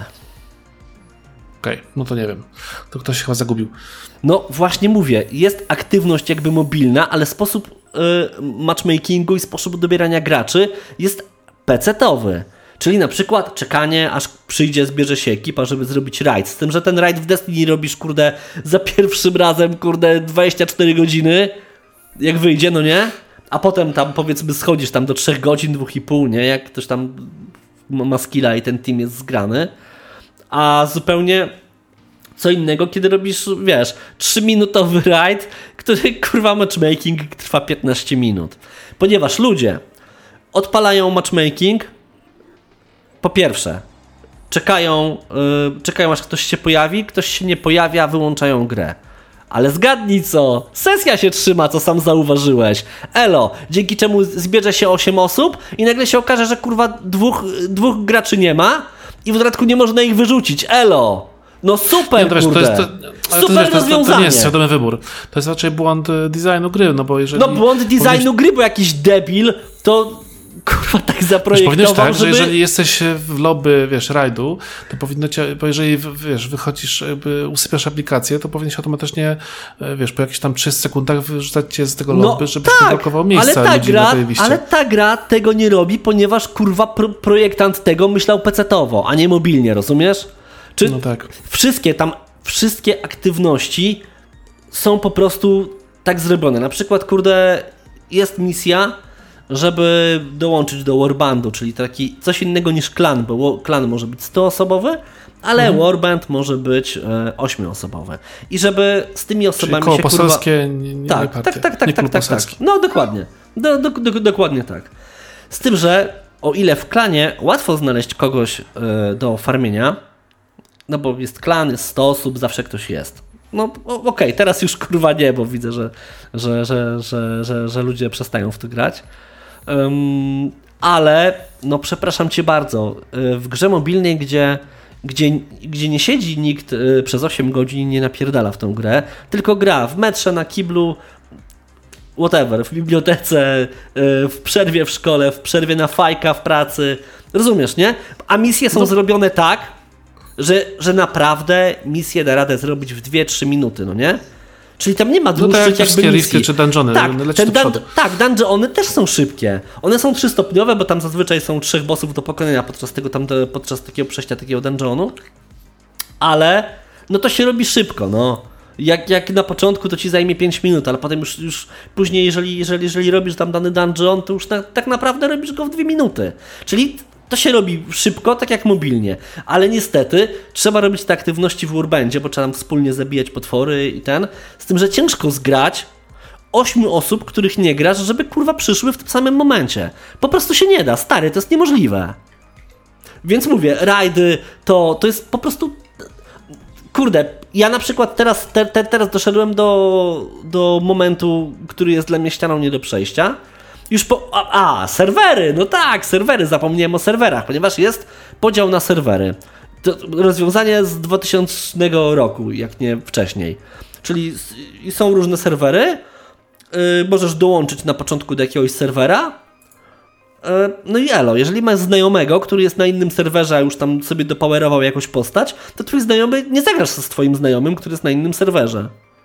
Okej, no to nie wiem. To ktoś się chyba zagubił. No właśnie mówię, jest aktywność jakby mobilna, ale sposób matchmakingu i sposób dobierania graczy jest pecetowy. Czyli na przykład czekanie, aż przyjdzie, zbierze się ekipa, żeby zrobić rajd. Z tym, że ten rajd w Destiny robisz, kurde, za pierwszym razem, kurde, 24 godziny, jak wyjdzie, no nie? A potem tam, powiedzmy, schodzisz tam do 3 godzin, 2,5, nie? Jak ktoś tam ma skilla i ten team jest zgrany. A zupełnie co innego, kiedy robisz, wiesz, 3-minutowy rajd, który, kurwa, matchmaking trwa 15 minut. Ponieważ ludzie odpalają matchmaking, po pierwsze, czekają aż ktoś się pojawi, ktoś się nie pojawia, wyłączają grę. Ale zgadnij co, sesja się trzyma, co sam zauważyłeś. Elo, dzięki czemu zbierze się 8 osób i nagle się okaże, że kurwa dwóch graczy nie ma i w dodatku nie można ich wyrzucić. Elo! No super, nie, kurde. Super rozwiązanie. To nie jest świadomy wybór. To jest raczej błąd designu gry, no bo jeżeli... No błąd designu gry, bo jakiś debil to... Kurwa, tak zaprojektował, tak, żeby... że jeżeli jesteś w lobby, wiesz, rajdu, to powinno cię, bo jeżeli, wiesz, wychodzisz, usypiasz aplikację, to powinien się automatycznie, wiesz, po jakichś tam 3 sekundach wyrzucać cię z tego lobby, żeby nie blokował miejsca ludzi na tej liście. Ale ta gra tego nie robi, ponieważ, kurwa, projektant tego myślał pecetowo, a nie mobilnie, rozumiesz? No tak. Wszystkie aktywności są po prostu tak zrobione. Na przykład, kurde, jest misja, żeby dołączyć do warbandu, czyli taki coś innego niż klan, bo klan może być 100-osobowy, ale warband może być 8-osobowy. I żeby z tymi osobami czyli koło się poselskie, tak. No dokładnie. Dokładnie tak. Z tym, że o ile w klanie łatwo znaleźć kogoś do farmienia, no bo jest klan, jest 100 osób, zawsze ktoś jest. No okej, teraz już kurwa nie, bo widzę, że ludzie przestają w to grać. Ale no przepraszam cię bardzo, w grze mobilnej, gdzie nie siedzi nikt przez 8 godzin i nie napierdala w tą grę, tylko gra w metrze, na kiblu, whatever, w bibliotece, w przerwie w szkole, w przerwie na fajka w pracy, rozumiesz, nie? A misje są zrobione tak, że naprawdę misję da radę zrobić w 2-3 minuty, no nie? Czyli tam nie ma dłuższych jakby misji. Czy dungeony. Dungeony też są szybkie. One są 3-stopniowe, bo tam zazwyczaj są 3 bossów do pokonania podczas takiego przejścia takiego dungeonu. Ale no to się robi szybko, no. Jak na początku to ci zajmie 5 minut, ale potem już później, jeżeli robisz tam dany dungeon, to już tak naprawdę robisz go w 2 minuty. Czyli to się robi szybko, tak jak mobilnie, ale niestety trzeba robić te aktywności w warbandzie, bo trzeba tam wspólnie zabijać potwory i z tym, że ciężko zgrać 8 osób, których nie grasz, żeby kurwa przyszły w tym samym momencie. Po prostu się nie da, stary, to jest niemożliwe. Więc mówię, rajdy to jest po prostu... Kurde, ja na przykład teraz doszedłem do momentu, który jest dla mnie ścianą nie do przejścia. Już serwery, no tak, serwery, zapomniałem o serwerach, ponieważ jest podział na serwery. To rozwiązanie z 2000 roku, jak nie wcześniej. Czyli są różne serwery, możesz dołączyć na początku do jakiegoś serwera, no i elo, jeżeli masz znajomego, który jest na innym serwerze, a już tam sobie dopowerował jakąś postać, to twój znajomy nie zagrasz z twoim znajomym, który jest na innym serwerze.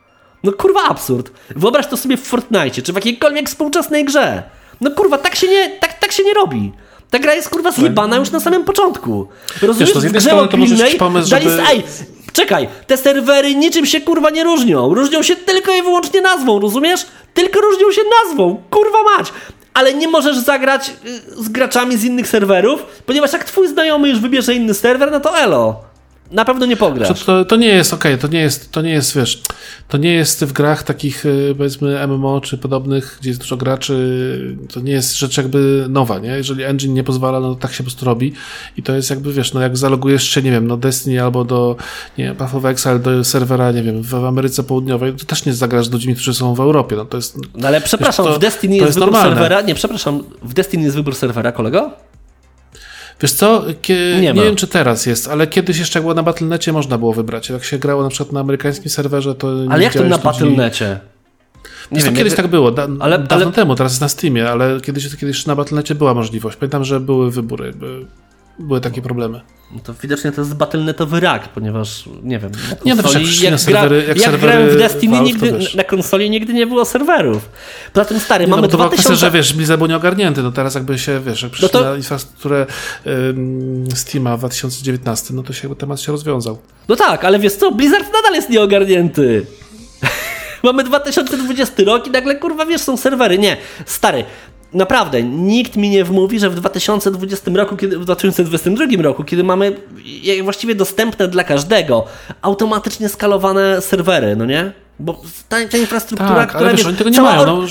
No kurwa absurd. Wyobraź to sobie w Fortnite, czy w jakiejkolwiek współczesnej grze. No kurwa, tak się nie robi. Ta gra jest kurwa zjebana już na samym początku. Rozumiesz, z w grze mobilnej czekaj, te serwery niczym się kurwa nie różnią. Różnią się tylko i wyłącznie nazwą, rozumiesz? Tylko różnią się nazwą, kurwa mać. Ale nie możesz zagrać z graczami z innych serwerów, ponieważ jak twój znajomy już wybierze inny serwer, no to elo. Na pewno nie pograsz. To nie jest to nie jest, wiesz, to nie jest w grach takich, powiedzmy, MMO czy podobnych, gdzie jest dużo graczy, to nie jest rzecz jakby nowa, nie? Jeżeli engine nie pozwala, no to tak się po prostu robi i to jest jakby, wiesz, no jak zalogujesz się, nie wiem, no Destiny albo do, nie wiem, Path of Exile, do serwera, nie wiem, w Ameryce Południowej, to też nie zagrasz z ludźmi, którzy są w Europie, no to jest... No ale przepraszam, wiesz, w Destiny jest wybór serwera, nie, przepraszam, w Destiny jest wybór serwera, kolego? Wiesz co, nie wiem czy teraz jest, ale kiedyś jeszcze jak było na Battle.necie można było wybrać. Jak się grało na przykład na amerykańskim serwerze, to nie. Ale jak to na Battle.necie? Wiesz, to kiedyś tak było, dawno temu, teraz jest na Steamie, ale kiedyś na Battle.necie była możliwość. Pamiętam, że były wybory, były takie problemy. No to widocznie to jest battle.netowy rak, ponieważ nie wiem. Nie, no jak grałem w Destiny, na konsoli nigdy nie było serwerów. Poza tym stary, mamy 2000... Kwestia, że wiesz, Blizzard był nieogarnięty, no teraz jakby się, wiesz, jak przyszli na infrastrukturę Steama w 2019, no to się temat się rozwiązał. No tak, ale wiesz co, Blizzard nadal jest nieogarnięty. Mamy 2020 rok i nagle, kurwa, wiesz, są serwery. Nie, stary, naprawdę, nikt mi nie wmówi, że w 2020 roku, w 2022 roku, kiedy mamy właściwie dostępne dla każdego automatycznie skalowane serwery, no nie? Bo ta infrastruktura, tak, która wiesz, oni tego nie mają.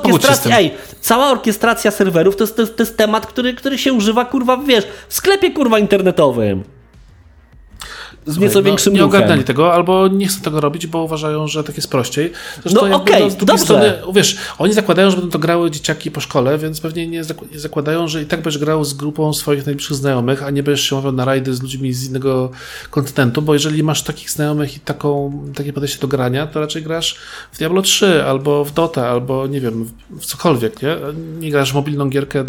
Cała orkiestracja serwerów to jest temat, który się używa, kurwa, wiesz, w sklepie, kurwa, internetowym. Z nieco większym nie ogarnęli tego, albo nie chcą tego robić, bo uważają, że tak jest prościej. Zresztą z drugiej strony, wiesz, oni zakładają, że będą to grały dzieciaki po szkole, więc pewnie nie zakładają, że i tak będziesz grał z grupą swoich najbliższych znajomych, a nie będziesz się umawiał na rajdy z ludźmi z innego kontynentu, bo jeżeli masz takich znajomych i takie podejście do grania, to raczej grasz w Diablo 3, albo w Dota, albo nie wiem, w cokolwiek, nie? Nie grasz w mobilną gierkę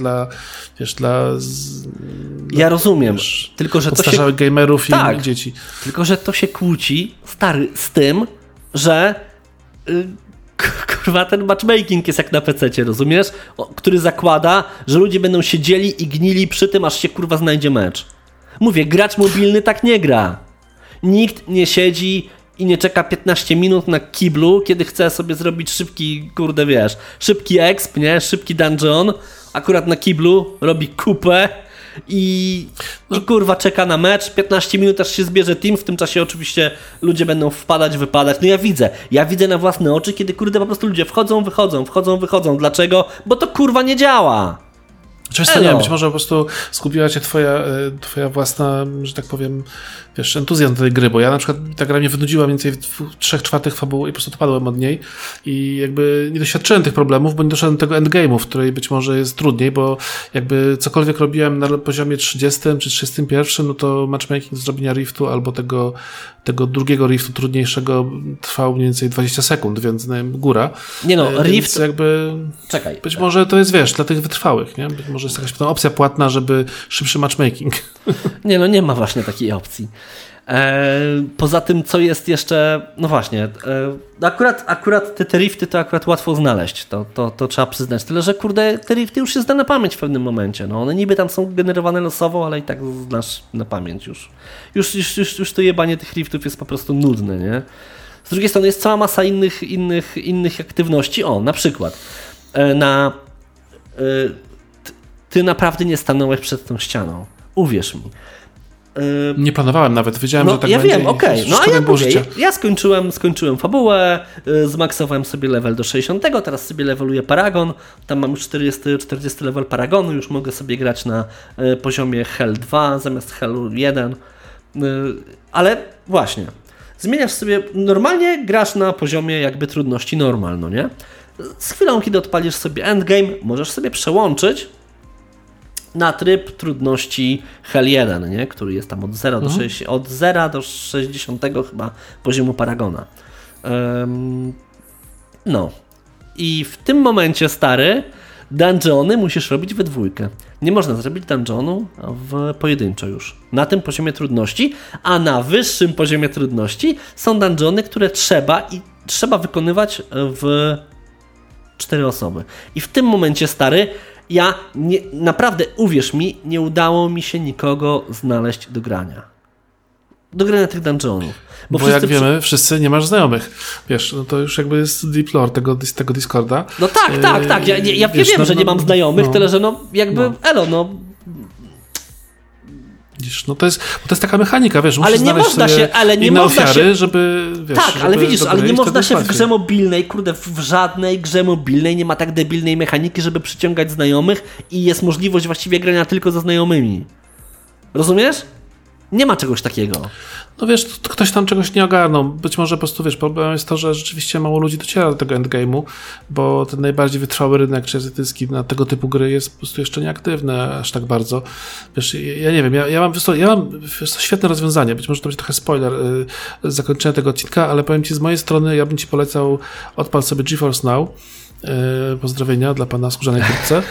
ja rozumiem, wiesz, tylko że to się... gamerów i dzieci. Tylko że to się kłóci, stary, z tym, że kurwa, ten matchmaking jest jak na PC-cie, rozumiesz? Który zakłada, że ludzie będą siedzieli i gnili przy tym, aż się kurwa znajdzie mecz. Mówię, gracz mobilny tak nie gra. Nikt nie siedzi i nie czeka 15 minut na kiblu, kiedy chce sobie zrobić szybki, kurde wiesz, szybki exp, nie? Szybki dungeon. Akurat na kiblu robi kupę i kurwa czeka na mecz, 15 minut aż się zbierze team, w tym czasie oczywiście ludzie będą wpadać, wypadać. No ja widzę na własne oczy, kiedy kurde po prostu ludzie wchodzą, wychodzą. Dlaczego? Bo to kurwa nie działa. Oczywiście nie, być może po prostu skupiła cię twoja własna, że tak powiem, wiesz, entuzjazm do tej gry, bo ja na przykład ta gra mnie wynudziła mniej więcej w 3/4 fabuły i po prostu odpadłem od niej i jakby nie doświadczyłem tych problemów, bo nie doszedłem do tego endgame'u, w której być może jest trudniej, bo jakby cokolwiek robiłem na poziomie 30 czy 31, no to matchmaking z zrobienia riftu albo tego drugiego riftu trudniejszego trwał mniej więcej 20 sekund, więc góra. Nie no, rift... jakby... Czekaj. Być może to jest, wiesz, dla tych wytrwałych, nie? Być może jest jakaś opcja płatna, żeby szybszy matchmaking. Nie no, nie ma właśnie takiej opcji. Poza tym, co jest jeszcze, no właśnie, akurat te rifty to akurat łatwo znaleźć, to trzeba przyznać. Tyle, że kurde, te rifty już się zna na pamięć w pewnym momencie. No, one niby tam są generowane losowo, ale i tak znasz na pamięć już. Już to jebanie tych riftów jest po prostu nudne, nie? Z drugiej strony jest cała masa innych aktywności. O, na przykład ty naprawdę nie stanąłeś przed tą ścianą. Uwierz mi. Nie planowałem nawet, wiedziałem, że tak ja będzie. Wiem, okej. No a ja mówię, ja skończyłem fabułę, zmaksowałem sobie level do 60, teraz sobie leveluję Paragon, tam mam już 40 level Paragonu, już mogę sobie grać na poziomie Hell 2 zamiast Hell 1, ale właśnie, zmieniasz sobie, normalnie grasz na poziomie jakby trudności normal, no nie? Z chwilą, kiedy odpalisz sobie endgame, możesz sobie przełączyć na tryb trudności Hell 1, nie? Który jest tam od 0 do 60 chyba poziomu Paragona. No. I w tym momencie, stary, dungeony musisz robić we dwójkę. Nie można zrobić dungeonu w pojedynczo już. Na tym poziomie trudności, a na wyższym poziomie trudności są dungeony, które trzeba i trzeba wykonywać w 4 osoby. I w tym momencie, stary, naprawdę, uwierz mi, nie udało mi się nikogo znaleźć do grania tych dungeonów. Bo jak wiemy, wszyscy nie masz znajomych. Wiesz, no to już jakby jest deep lore tego Discorda. No tak. Ja wiem, że nie mam znajomych, tyle że Widzisz, no to jest taka mechanika, wiesz, ale nie można się, inne ofiary, żeby, wiesz... Tak, ale widzisz, ale nie można się w grze mobilnej, w żadnej grze mobilnej nie ma tak debilnej mechaniki, żeby przyciągać znajomych i jest możliwość właściwie grania tylko ze znajomymi. Rozumiesz? Nie ma czegoś takiego. No wiesz, ktoś tam czegoś nie ogarnął. Być może po prostu, wiesz, problem jest to, że rzeczywiście mało ludzi dociera do tego endgame'u, bo ten najbardziej wytrwały rynek azjatycki na tego typu gry jest po prostu jeszcze nieaktywny aż tak bardzo. Wiesz, ja nie wiem, ja mam świetne rozwiązanie. Być może to będzie trochę spoiler zakończenia tego odcinka, ale powiem ci z mojej strony, ja bym ci polecał, odpal sobie GeForce Now. Pozdrowienia dla pana skórzanej kurtce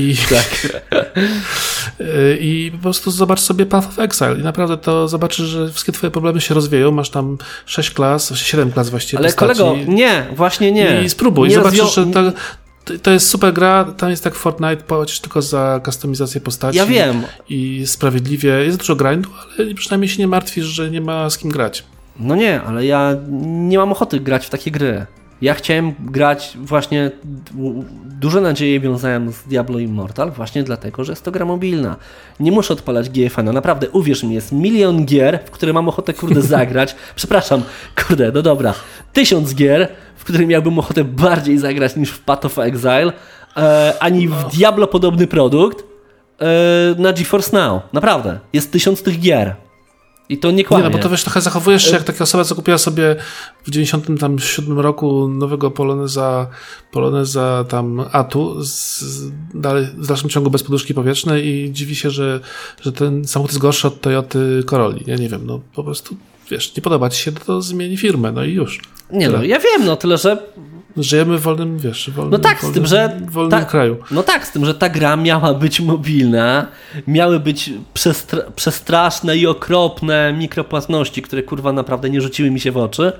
i po prostu zobacz sobie Path of Exile i naprawdę to zobaczysz, że wszystkie twoje problemy się rozwieją, masz tam 6 klas, 7 klas właściwie ale postaci. Kolego, nie, właśnie nie. I spróbuj, zobaczysz, że to jest super gra, tam jest tak Fortnite, płacisz tylko za kustomizację postaci. Ja wiem. I sprawiedliwie, jest dużo grindu, ale przynajmniej się nie martwisz, że nie ma z kim grać. No nie, ale ja nie mam ochoty grać w takie gry. Ja chciałem grać właśnie, duże nadzieje wiązałem z Diablo Immortal właśnie dlatego, że jest to gra mobilna. Nie muszę odpalać GFN-a, naprawdę, uwierz mi, jest milion gier, w które mam ochotę, zagrać. Przepraszam, no dobra. 1000 gier, w których miałbym ochotę bardziej zagrać niż w Path of Exile, ani w Diablo podobny produkt na GeForce Now. Naprawdę, jest 1000 tych gier. I to nie kłamie. Nie, no bo to wiesz, trochę zachowujesz się jak taka osoba, co kupiła sobie w 97 roku nowego Poloneza tam Atu dalej w dalszym ciągu bez poduszki powietrznej i dziwi się, że ten samochód jest gorszy od Toyoty Corolli. Ja nie wiem, no po prostu, wiesz, nie podoba ci się, to zmieni firmę, no i już. Nie tyle. No, ja wiem, tyle że żyjemy w wolnym, wolnym kraju. No tak, z tym, że ta gra miała być mobilna, miały być przestraszne i okropne mikropłatności, które kurwa naprawdę nie rzuciły mi się w oczy.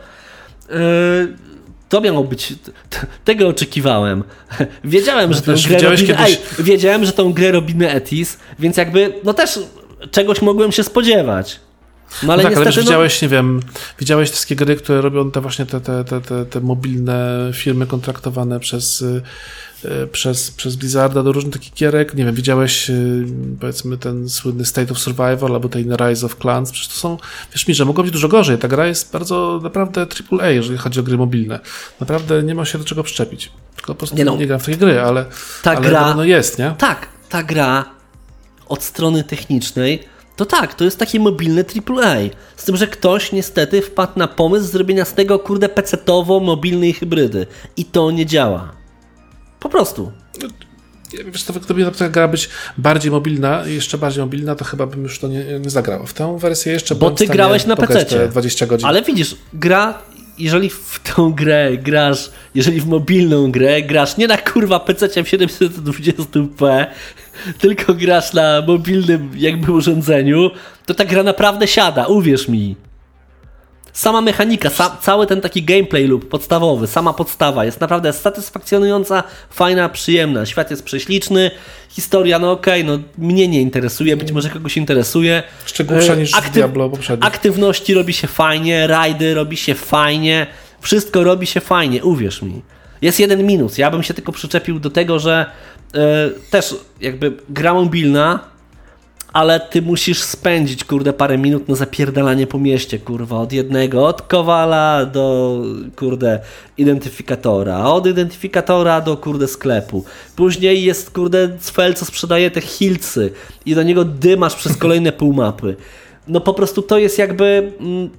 To miało być... Tego oczekiwałem. Wiedziałem, że tą grę robi NetEase, więc jakby, no też czegoś mogłem się spodziewać. No ale, ale widziałeś, nie wiem, widziałeś wszystkie gry, które robią te mobilne firmy kontraktowane przez Blizzarda do różnych takich gierek, nie wiem, widziałeś powiedzmy ten słynny State of Survival albo ten Rise of Clans, przecież to są, wiesz mi, że mogło być dużo gorzej, ta gra jest bardzo naprawdę AAA, jeżeli chodzi o gry mobilne. Naprawdę nie ma się do czego przyczepić, tylko po prostu nie gram w tej gry, ale gra jest, nie? Tak, ta gra od strony technicznej to jest takie mobilne AAA. Z tym, że ktoś niestety wpadł na pomysł zrobienia z tego pecetowo-mobilnej hybrydy. I to nie działa. Po prostu. Wiesz, to gdyby ta gra być bardziej mobilna, jeszcze bardziej mobilna, to chyba bym już to nie zagrał. W tę wersję jeszcze bo ty grałeś na PC-cie. 20 godzin. Ale widzisz, jeżeli w tą grę grasz, jeżeli w mobilną grę grasz nie na kurwa PC-cie w 720p, tylko grasz na mobilnym jakby urządzeniu, to ta gra naprawdę siada, uwierz mi. Sama mechanika, cały ten taki gameplay loop podstawowy, sama podstawa jest naprawdę satysfakcjonująca, fajna, przyjemna. Świat jest prześliczny, historia, mnie nie interesuje, być może kogoś interesuje. Szczególsza niż Diablo poprzednio. Aktywności robi się fajnie, rajdy robi się fajnie, wszystko robi się fajnie, uwierz mi. Jest jeden minus, ja bym się tylko przyczepił do tego, że też jakby gra mobilna, ale ty musisz spędzić, parę minut na zapierdalanie po mieście, od kowala do, identyfikatora, od identyfikatora do, sklepu. Później jest, cfel, co sprzedaje te hilcy i do niego dymasz przez kolejne pół mapy. No po prostu to jest jakby...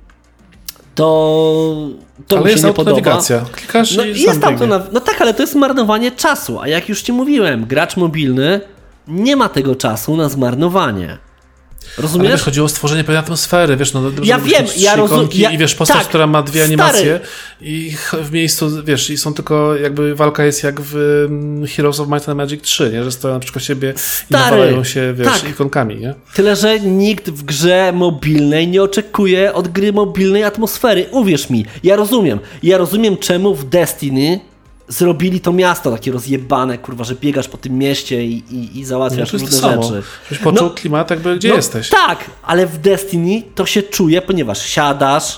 To ale mi się nie podoba. Klikasz i jest no tak, ale to jest marnowanie czasu, a jak już ci mówiłem, gracz mobilny nie ma tego czasu na zmarnowanie. Rozumiesz? Ale wiesz, chodziło o stworzenie pewnej atmosfery, wiesz, no ja wiem, ja rozumiem. I wiesz, postać, która ma 2 animacje i w miejscu, wiesz, i są tylko jakby walka jest jak w Heroes of Might and Magic 3, nie? Że stoją naprzeciwko siebie i nawalają się, wiesz, ikonkami, nie? Tyle, że nikt w grze mobilnej nie oczekuje od gry mobilnej atmosfery. Uwierz mi, ja rozumiem czemu w Destiny zrobili to miasto takie rozjebane, kurwa, że biegasz po tym mieście i załatwiasz różne rzeczy. Żebyś poczuł klimat jakby, gdzie jesteś. Tak, ale w Destiny to się czuje, ponieważ siadasz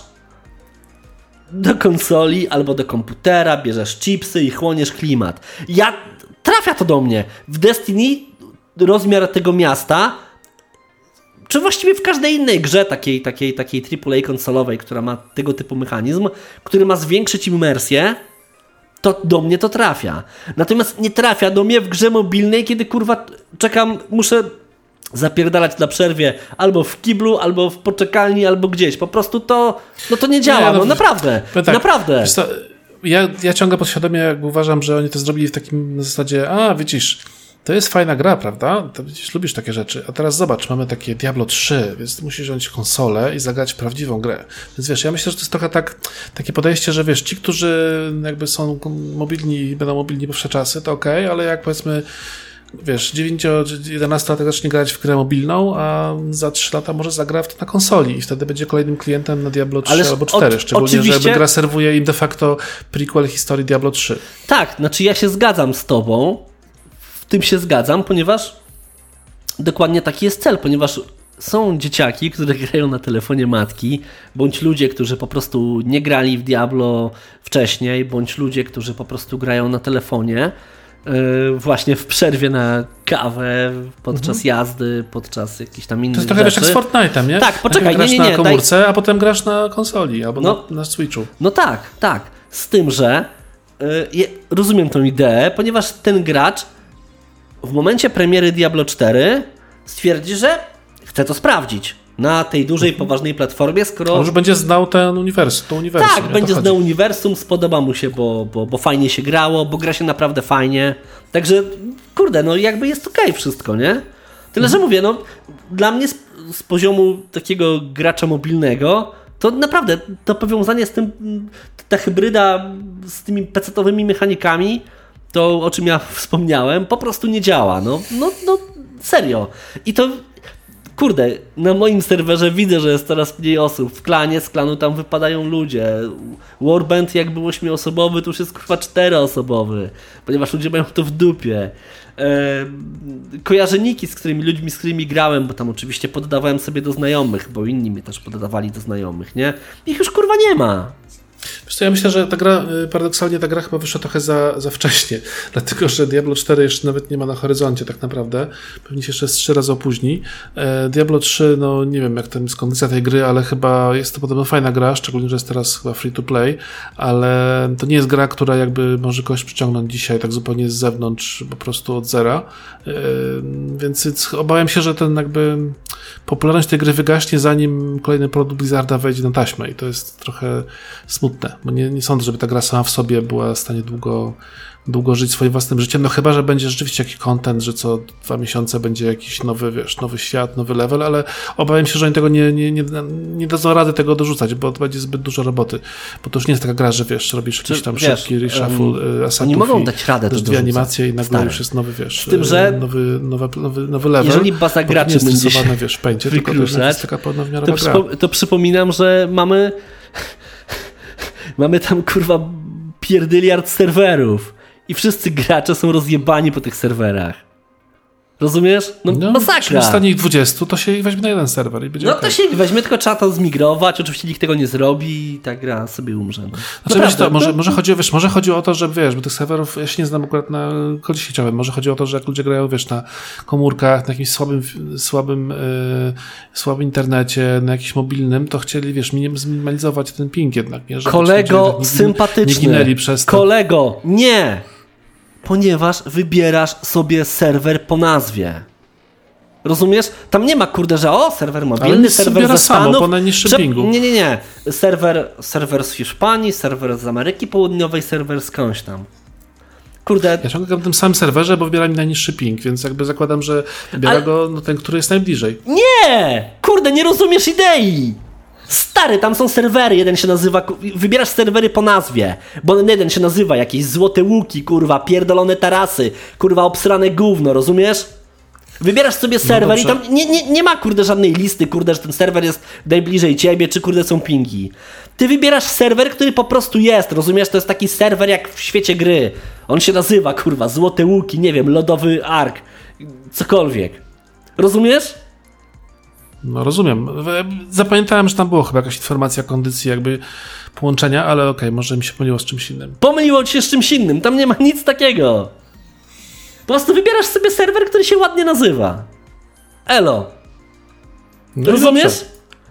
do konsoli albo do komputera, bierzesz chipsy i chłoniesz klimat. Trafia to do mnie. W Destiny rozmiar tego miasta, czy właściwie w każdej innej grze takiej AAA konsolowej, która ma tego typu mechanizm, który ma zwiększyć imersję, to do mnie to trafia. Natomiast nie trafia do mnie w grze mobilnej, kiedy kurwa czekam, muszę zapierdalać na przerwie albo w kiblu, albo w poczekalni, albo gdzieś. Po prostu to nie działa. Naprawdę. Tak, naprawdę. Co, ja ciągle podświadomie jakby uważam, że oni to zrobili w takim zasadzie, widzisz, to jest fajna gra, prawda? To widzisz, lubisz takie rzeczy. A teraz zobacz, mamy takie Diablo 3, więc musisz wziąć konsolę i zagrać w prawdziwą grę. Więc wiesz, ja myślę, że to jest trochę takie podejście, że wiesz, ci, którzy jakby są mobilni i będą mobilni po wsze czasy, to okej, ale jak powiedzmy, wiesz, 9-11-latek zacznie grać w grę mobilną, a za 3 lata może zagra w to na konsoli i wtedy będzie kolejnym klientem na Diablo 3 albo 4, szczególnie, oczywiście, że gra serwuje im de facto prequel historii Diablo 3. Tak, znaczy ja się zgadzam z tobą, w tym się zgadzam, ponieważ dokładnie taki jest cel, ponieważ są dzieciaki, które grają na telefonie matki, bądź ludzie, którzy po prostu nie grali w Diablo wcześniej, bądź ludzie, którzy po prostu grają na telefonie właśnie w przerwie na kawę, podczas jazdy, podczas jakichś tam innych rzeczy. To jest trochę wiesz jak z Fortnite'em, nie? Tak, poczekaj, grasz na komórce, a potem grasz na konsoli albo na Switchu. No tak. Z tym, że rozumiem tą ideę, ponieważ ten gracz w momencie premiery Diablo 4 stwierdzi, że chce to sprawdzić na tej dużej, poważnej platformie, skoro... On już będzie znał to uniwersum. Tak, będzie znał uniwersum, spodoba mu się, bo fajnie się grało, bo gra się naprawdę fajnie. Także, kurde, no jakby jest okej wszystko, nie? Tyle, że mówię, no dla mnie z poziomu takiego gracza mobilnego to naprawdę to powiązanie z tym, ta hybryda z tymi pecetowymi mechanikami, to o czym ja wspomniałem, po prostu nie działa. No serio. I to, kurde, na moim serwerze widzę, że jest coraz mniej osób. W klanie, z klanu tam wypadają ludzie. Warband jak był 8-osobowy, to już jest kurwa 4-osobowy, ponieważ ludzie mają to w dupie. Kojarzeniki z którymi grałem, bo tam oczywiście poddawałem sobie do znajomych, bo inni mnie też poddawali do znajomych, nie? Ich już kurwa nie ma. Wiesz co, ja myślę, że paradoksalnie ta gra chyba wyszła trochę za wcześnie, dlatego że Diablo 4 jeszcze nawet nie ma na horyzoncie tak naprawdę, pewnie się jeszcze z 3 razy opóźni. Diablo 3, no nie wiem jak to jest kondycja tej gry, ale chyba jest to podobno fajna gra, szczególnie, że jest teraz chyba free to play, ale to nie jest gra, która jakby może kogoś przyciągnąć dzisiaj tak zupełnie z zewnątrz, po prostu od zera, więc obawiam się, że ten jakby popularność tej gry wygaśnie, zanim kolejny produkt Blizzarda wejdzie na taśmę i to jest trochę smutne, bo nie sądzę, żeby ta gra sama w sobie była w stanie długo żyć swoim własnym życiem, no chyba, że będzie rzeczywiście jakiś content, że co 2 miesiące będzie jakiś nowy, wiesz, nowy świat, nowy level, ale obawiam się, że oni tego nie dadzą rady tego dorzucać, bo to będzie zbyt dużo roboty, bo to już nie jest taka gra, że wiesz, robisz jakiś tam szybki reshuffle asetów. Oni mogą dać radę to 2 animacje i nagle już jest nowy, wiesz, z tym, że nowy level. Jeżeli baza graczy będzie się wiesz, pędzie, tylko to jest taka pełnowmiarowa gra. To przypominam, że mamy tam kurwa pierdyliard serwerów i wszyscy gracze są rozjebani po tych serwerach. Rozumiesz? No masakra. W stanie ich 20, to się weźmie na jeden serwer i będzie to się weźmie, tylko trzeba to zmigrować, oczywiście nikt tego nie zrobi i ta gra sobie umrze. Może chodzi o to, że wiesz, bo tych serwerów, ja się nie znam akurat na kodzie sieciowym, może chodzi o to, że jak ludzie grają, wiesz, na komórkach, na jakimś słabym internecie, na jakimś mobilnym, to chcieli, wiesz, zminimalizować ten ping jednak, nie? Żeby kolego sympatyczny, nie ginęli przez to. Kolego, nie! Ponieważ wybierasz sobie serwer po nazwie. Rozumiesz? Tam nie ma, kurde, że serwer mobilny, serwer ze Stanów. Po najniższym pingu. Nie. Serwer z Hiszpanii, serwer z Ameryki Południowej, serwer skądś tam. kurde... Ja ciągle gram na tym samym serwerze, bo wybiera mi najniższy ping, więc jakby zakładam, że wybiera go ten, który jest najbliżej. Nie! Kurde, nie rozumiesz idei! Stary, tam są serwery, jeden się nazywa, wybierasz serwery po nazwie, bo jeden się nazywa jakieś złote łuki, kurwa, pierdolone tarasy, kurwa, obsrane gówno, rozumiesz? Wybierasz sobie serwer i tam nie ma, kurde, żadnej listy, kurde, że ten serwer jest najbliżej ciebie, czy, kurde, są pingi. Ty wybierasz serwer, który po prostu jest, rozumiesz? To jest taki serwer jak w świecie gry. On się nazywa, kurwa, złote łuki, nie wiem, lodowy ark, cokolwiek. Rozumiesz? No rozumiem. Zapamiętałem, że tam było chyba jakaś informacja o kondycji jakby połączenia, ale okej, może mi się pomyliło z czymś innym. Pomyliło ci się z czymś innym, tam nie ma nic takiego. Po prostu wybierasz sobie serwer, który się ładnie nazywa. Elo. No rozumiesz?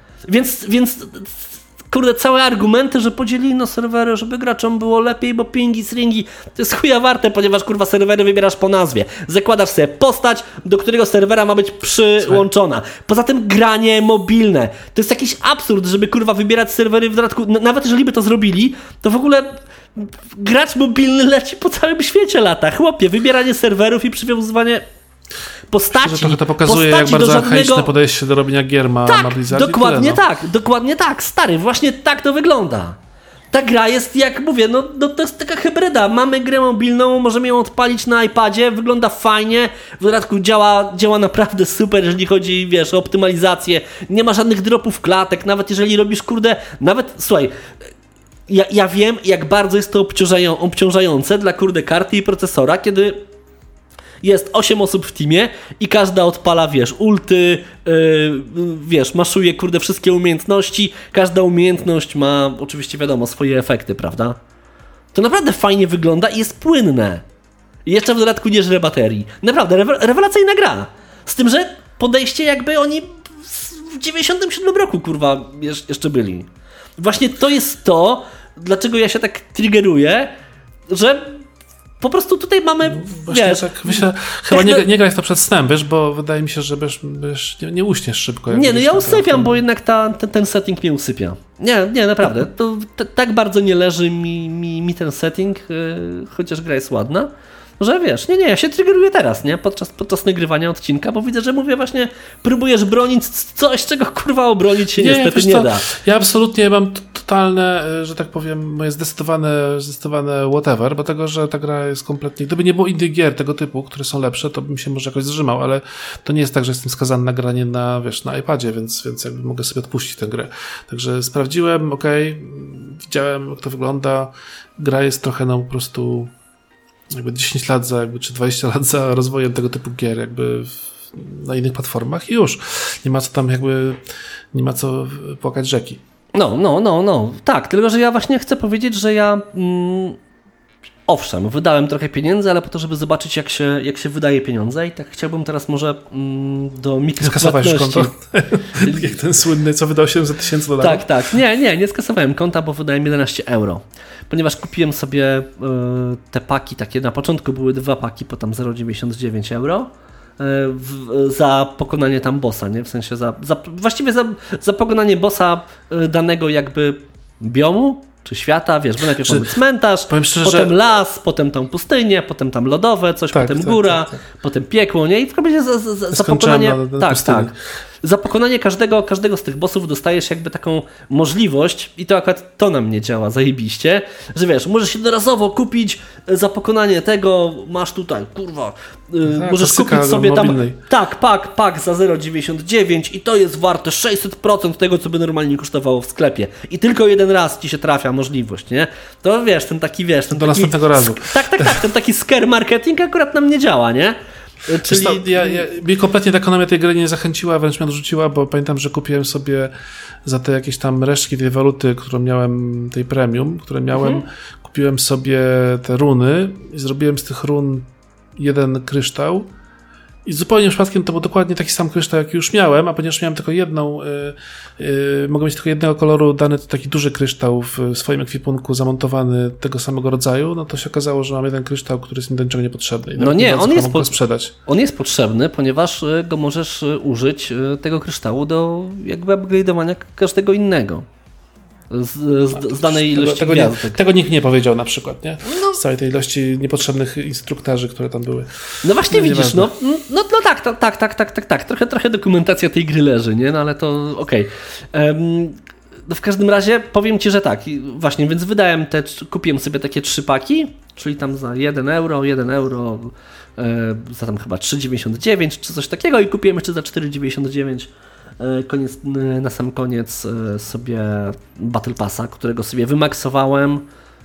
Więc kurde, całe argumenty, że podzielili na serwery, żeby graczom było lepiej, bo pingi, stringi, to jest chuja warte, ponieważ kurwa serwery wybierasz po nazwie. Zakładasz sobie postać, do którego serwera ma być przyłączona. Poza tym granie mobilne. To jest jakiś absurd, żeby kurwa wybierać serwery w dodatku. Nawet jeżeli by to zrobili, to w ogóle gracz mobilny leci po całym świecie lata. Chłopie, wybieranie serwerów i przywiązywanie postaci. Że trochę to pokazuje, jak bardzo archaiczne podejście do robienia gier ma Blizzard. Dokładnie tak, stary, właśnie tak to wygląda. Ta gra jest, jak mówię, no to jest taka hybryda. Mamy grę mobilną, możemy ją odpalić na iPadzie, wygląda fajnie, w dodatku działa naprawdę super, jeżeli chodzi, wiesz, o optymalizację. Nie ma żadnych dropów klatek, nawet jeżeli robisz, kurde, słuchaj, ja wiem, jak bardzo jest to obciążające dla, kurde, karty i procesora, kiedy jest 8 osób w teamie i każda odpala, wiesz, ulty, wiesz, maszuje, kurde, wszystkie umiejętności. Każda umiejętność ma, oczywiście wiadomo, swoje efekty, prawda? To naprawdę fajnie wygląda i jest płynne. I jeszcze w dodatku nie żre baterii. Naprawdę, rewelacyjna gra. Z tym, że podejście jakby oni w 97 roku, kurwa, jeszcze byli. Właśnie to jest to, dlaczego ja się tak triggeruję, że po prostu tutaj mamy, wiesz... Tak, myślę, chyba nie graj w to przed snem, wiesz, bo wydaje mi się, że nie uśniesz szybko. Nie, no ja usypiam, bo jednak ten setting mnie usypia. Nie, naprawdę. To tak bardzo nie leży mi ten setting, chociaż gra jest ładna, że wiesz, ja się triggeruję teraz, nie? Podczas nagrywania odcinka, bo widzę, że mówię właśnie, próbujesz bronić coś, czego kurwa obronić się niestety nie da. Ja absolutnie mam totalne, że tak powiem, moje zdecydowane whatever, bo tego, że ta gra jest kompletnie... Gdyby nie było innych gier tego typu, które są lepsze, to bym się może jakoś zrzymał, ale to nie jest tak, że jestem skazany na granie na iPadzie, więc jakby mogę sobie odpuścić tę grę. Także sprawdziłem, widziałem, jak to wygląda. Gra jest trochę po prostu... jakby 10 lat czy 20 lat za rozwojem tego typu gier jakby na innych platformach i już. Nie ma co płakać rzeki. No. Tak, tylko że ja właśnie chcę powiedzieć, że ja owszem, wydałem trochę pieniędzy, ale po to, żeby zobaczyć, jak się wydaje pieniądze i tak chciałbym teraz może do mikropłatności. Skasowałeś konto? Jak ten słynny, co wydał $7,000? Tak. Nie skasowałem konta, bo wydałem 11 euro. Ponieważ kupiłem sobie te paki, takie na początku były 2 paki, potem 0,99 euro za pokonanie tam bossa, nie? W sensie właściwie za pokonanie bossa danego jakby biomu, czy świata, wiesz, bo najpierw był cmentarz, potem las, potem tą pustynię, potem tam lodowe, potem góra, potem piekło, nie? I w końcu za pokonanie... Za pokonanie każdego z tych bossów dostajesz jakby taką możliwość i to akurat to na mnie działa zajebiście, że wiesz, możesz jednorazowo kupić za pokonanie tego, masz tutaj, kurwa, możesz kupić sobie mobilnej. Tam, pak za 0,99 i to jest warte 600% tego, co by normalnie kosztowało w sklepie i tylko jeden raz ci się trafia możliwość, nie? To wiesz, ten taki... następnego razu. Tak, ten taki scare marketing akurat na mnie działa, nie? Czyli... Mnie kompletnie ta ekonomia tej gry nie zachęciła, wręcz mnie odrzuciła, bo pamiętam, że kupiłem sobie za te jakieś tam resztki tej waluty, którą miałem, tej premium, kupiłem sobie te runy i zrobiłem z tych run jeden kryształ i zupełnie przypadkiem to był dokładnie taki sam kryształ, jaki już miałem, a ponieważ miałem tylko jedną, mogę mieć tylko jednego koloru dany taki duży kryształ w swoim ekwipunku zamontowany tego samego rodzaju, no to się okazało, że mam jeden kryształ, który jest mi do niczego niepotrzebny. No nie, on jest potrzebny, ponieważ go możesz użyć, tego kryształu, do jakby upgrade'owania każdego innego. z danej ilości gwiazdek. Tego nikt nie powiedział na przykład, nie? Z całej tej ilości niepotrzebnych instruktarzy, które tam były. No właśnie widzisz, no tak. Trochę dokumentacja tej gry leży, nie? No ale to okej. No w każdym razie powiem Ci, że tak, właśnie, więc kupiłem sobie takie 3 paki, czyli tam za 1 euro, za tam chyba 3,99 czy coś takiego i kupiłem jeszcze za 4,99 na sam koniec sobie Battle Passa, którego sobie wymaksowałem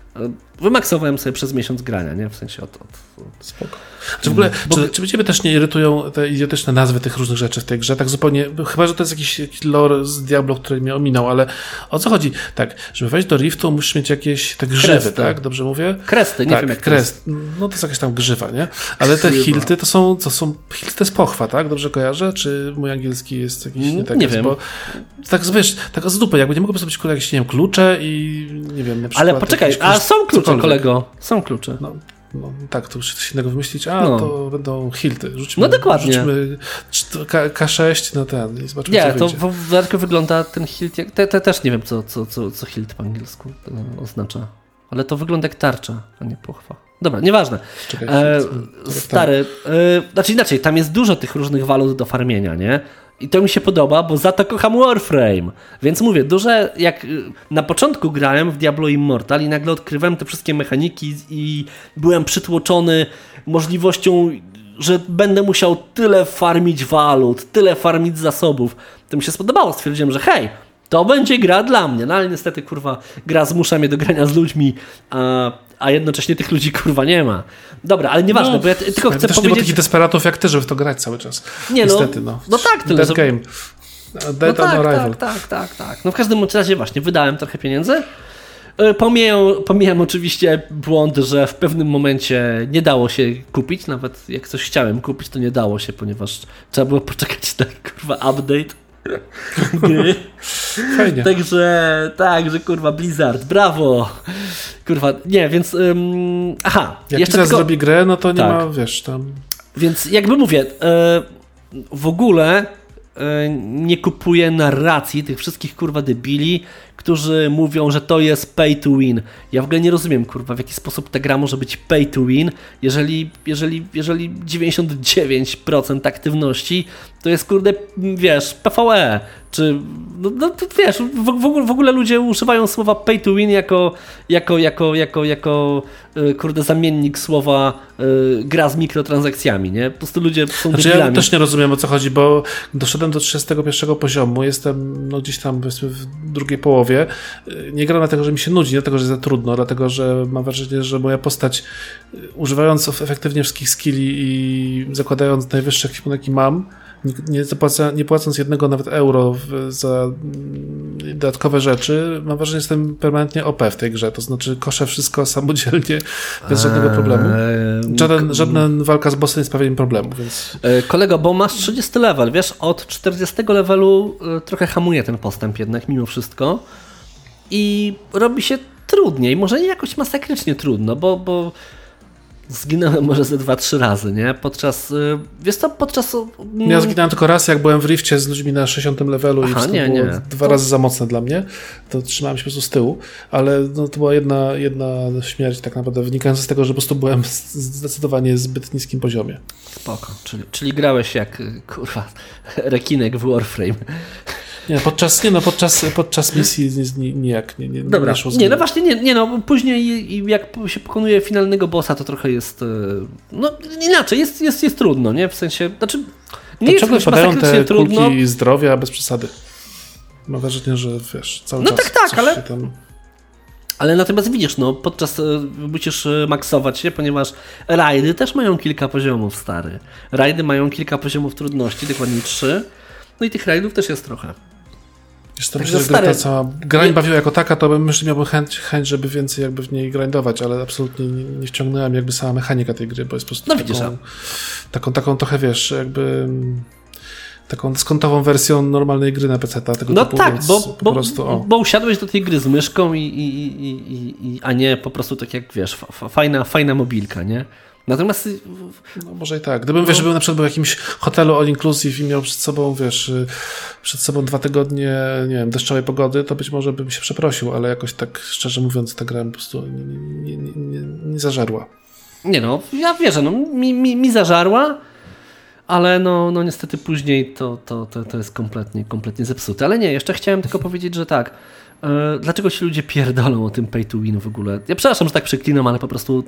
sobie przez miesiąc grania, nie? W sensie Spoko. Czy w ogóle, czy Ciebie też nie irytują te idiotyczne nazwy tych różnych rzeczy w tej grze? Tak zupełnie, chyba że to jest jakiś lore z Diablo, który mnie ominął, ale o co chodzi? Tak, żeby wejść do Riftu, musisz mieć jakieś te grzywy, kresty. Tak? Dobrze mówię? Kresty, nie wiem jak krest. No to jest jakaś tam grzywa, nie? Ale te hilty to są hilty to jest pochwa, tak? Dobrze kojarzę? Czy mój angielski jest jakiś nie tak? Nie wiem. Bo tak wiesz, tak z dupy, jakby nie mogłoby sobie jakieś, nie wiem, klucze i nie wiem, na przykład... Ale poczekaj, są klucze, kolego. Są klucze. No tak, to muszę coś innego wymyślić. To będą hilty. Rzućmy, dokładnie. Rzućmy K6 na ten i zobaczymy, nie, co wyjdzie. To w dodatku wygląda ten hilt, też nie wiem, co hilt po angielsku oznacza. Ale to wygląda jak tarcza, a nie pochwa. Dobra, nieważne. Czekaj, stary, znaczy inaczej, tam jest dużo tych różnych walut do farmienia, nie? I to mi się podoba, bo za to kocham Warframe. Więc mówię, jak na początku grałem w Diablo Immortal i nagle odkrywałem te wszystkie mechaniki i byłem przytłoczony możliwością, że będę musiał tyle farmić walut, tyle farmić zasobów. To mi się spodobało. Stwierdziłem, że hej, to będzie gra dla mnie. No ale niestety, kurwa, gra zmusza mnie do grania z ludźmi, a jednocześnie tych ludzi, kurwa, nie ma. Dobra, ale nieważne, bo ja tylko chcę powiedzieć... Nie ma takich desperatów jak ty, żeby w to grać cały czas. Nie, niestety, no tak, tyle. Dead game. Dead on arrival. Tak. No w każdym razie właśnie, wydałem trochę pieniędzy. Pomijam oczywiście błąd, że w pewnym momencie nie dało się kupić, nawet jak coś chciałem kupić, to nie dało się, ponieważ trzeba było poczekać na, kurwa, update. Fajnie. Także kurwa Blizzard, brawo. Kurwa, nie, więc jak jeszcze Blizzard zrobi grę, no to nie ma, wiesz, tam... Więc jakby mówię, w ogóle nie kupuję narracji tych wszystkich kurwa debili, którzy mówią, że to jest pay to win. Ja w ogóle nie rozumiem, kurwa, w jaki sposób ta gra może być pay to win, jeżeli 99% aktywności to jest, kurde, wiesz, PvE, czy, no wiesz, w ogóle ludzie używają słowa pay to win jako kurde, zamiennik słowa gra z mikrotransakcjami, nie? Po prostu ludzie są debilami. Ja też nie rozumiem, o co chodzi, bo doszedłem do 31 poziomu, jestem gdzieś tam, powiedzmy, w drugiej połowie. Nie gram dlatego, że mi się nudzi, nie dlatego, że jest za trudno, dlatego, że mam wrażenie, że moja postać, używając efektywnie wszystkich skilli i zakładając najwyższe ekwipunek, jaki mam, nie płacąc jednego nawet euro za dodatkowe rzeczy, mam wrażenie, że jestem permanentnie OP w tej grze. To znaczy koszę wszystko samodzielnie, bez żadnego problemu. Żadna walka z bossem nie sprawia mi problemu. Więc... Kolego, bo masz 30 level, wiesz, od 40 levelu trochę hamuje ten postęp jednak mimo wszystko i robi się trudniej, może nie jakoś masakrycznie trudno, bo zginąłem może ze 2-3 razy, nie? Podczas... Ja zginąłem tylko raz, jak byłem w rifcie z ludźmi na 60 levelu i to było 2 razy za mocne dla mnie. To trzymałem się po prostu z tyłu, ale to była jedna śmierć tak naprawdę, wynikająca z tego, że po prostu byłem w zdecydowanie zbyt niskim poziomie. Spoko. Czyli grałeś jak, kurwa, rekinek w Warframe. Nie, podczas misji nijak nie Dobra, szło no właśnie, później jak się pokonuje finalnego bossa, to trochę jest, no inaczej, jest trudno, nie? W sensie, znaczy, nie jest ciągle padają te trudno. kulki zdrowia bez przesady. Mam wrażenie, że wiesz, cały czas tak, ale... Tam... Ale natomiast widzisz, podczas musisz maksować się, ponieważ rajdy też mają kilka poziomów, stary. Rajdy mają kilka poziomów trudności, dokładnie 3. No i tych rajdów też jest trochę. Myślę, że ta cała gra mi bawiła jako taka, to bym miałbym chęć, żeby więcej jakby w niej grindować, ale absolutnie nie wciągnęła jakby sama mechanika tej gry, bo jest po prostu taką trochę, wiesz, jakby taką dyskontową wersją normalnej gry na PC-ta. Tego typu, tak, bo usiadłeś do tej gry z myszką a nie po prostu tak jak, wiesz, fajna mobilka, nie? Natomiast... No może i tak. Gdybym, wiesz, był na przykład w jakimś hotelu all inclusive i miał przed sobą, wiesz, 2 tygodnie, nie wiem, deszczowej pogody, to być może bym się przeprosił, ale jakoś tak, szczerze mówiąc, ta gra po prostu nie zażarła. Nie no, ja wierzę, no, mi zażarła, ale no niestety później to jest kompletnie zepsute. Ale nie, jeszcze chciałem tylko powiedzieć, że tak, dlaczego ci ludzie pierdolą o tym pay to win w ogóle? Ja przepraszam, że tak przeklinam, ale po prostu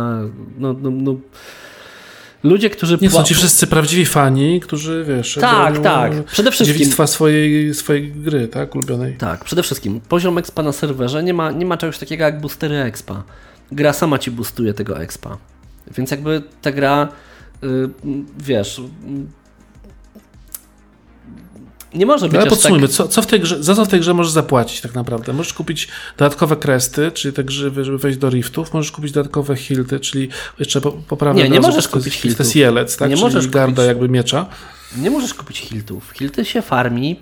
ludzie, którzy... Nie są ci wszyscy prawdziwi fani, którzy, wiesz... Tak. Przede wszystkim... Dziewictwa swojej gry, tak? Ulubionej. Tak, przede wszystkim. Poziom expa na serwerze nie ma czegoś takiego jak boostery expa. Gra sama ci boostuje tego expa. Więc jakby ta gra, wiesz... Nie może być. Ale podsumujmy, tak... za co w tej grze możesz zapłacić tak naprawdę? Możesz kupić dodatkowe kresty, czyli te grzywy, żeby wejść do riftów, możesz kupić dodatkowe hilty, czyli jeszcze poprawę. Nie możesz kupić hiltów. To jest jelec, tak? Nie czyli możesz garda kupić... jakby miecza. Nie możesz kupić hiltów. Hilty się farmi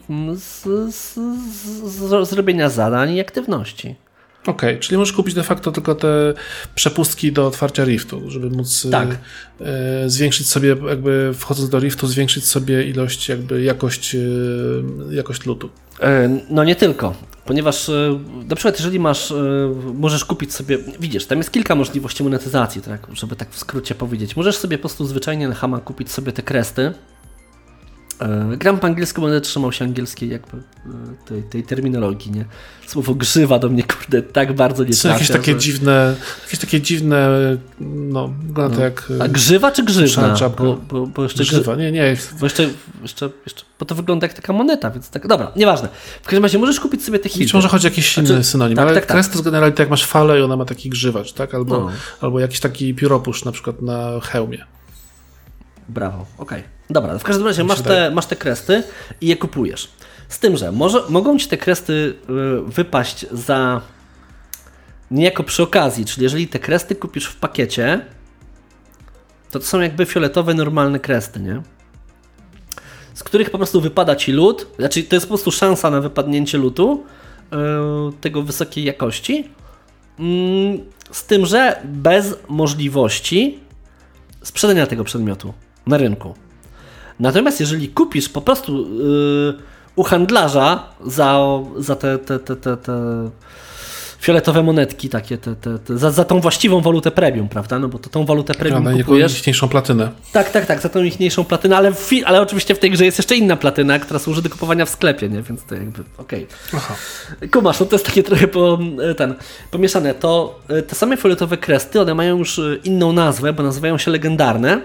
z robienia zadań i aktywności. Okej, czyli możesz kupić de facto tylko te przepustki do otwarcia riftu, żeby móc zwiększyć sobie, jakby wchodząc do riftu, zwiększyć sobie ilość, jakby jakość lootu. No nie tylko, ponieważ na przykład jeżeli możesz kupić sobie, widzisz, tam jest kilka możliwości monetyzacji, tak, żeby tak w skrócie powiedzieć. Możesz sobie po prostu zwyczajnie na Hama kupić sobie te kresty. Gram po angielsku, będę trzymał się angielskiej jakby tej terminologii, nie? Słowo grzywa do mnie, kurde, tak bardzo nie trafia. Jakieś takie dziwne, no, wygląda to jak... A grzywa czy grzywna? Bo jeszcze grzywa, nie. Bo jeszcze, bo to wygląda jak taka moneta, więc tak, dobra, nieważne. W każdym razie możesz kupić sobie te hilty. Być może chodzi o jakiś inny synonim, ale kres to jest generalnie tak jak masz falę i ona ma taki grzywacz, tak? Albo jakiś taki pióropusz na przykład na hełmie. Brawo, okej. Dobra, w każdym razie masz te kresty i je kupujesz. Z tym, że mogą ci te kresty wypaść za niejako przy okazji, czyli jeżeli te kresty kupisz w pakiecie, to są jakby fioletowe, normalne kresty, nie? Z których po prostu wypada ci loot, znaczy to jest po prostu szansa na wypadnięcie lootu tego wysokiej jakości, z tym, że bez możliwości sprzedania tego przedmiotu na rynku. Natomiast jeżeli kupisz po prostu u handlarza za te fioletowe monetki, takie za tą właściwą walutę premium, prawda? No bo to tą walutę premium kupujesz. Ichniejszą platynę. Tak, za tą ichniejszą platynę, ale oczywiście w tej grze jest jeszcze inna platyna, która służy do kupowania w sklepie, nie? Więc to jakby okej. Kumasz, no to jest takie trochę pomieszane. To te same fioletowe kresty, one mają już inną nazwę, bo nazywają się legendarne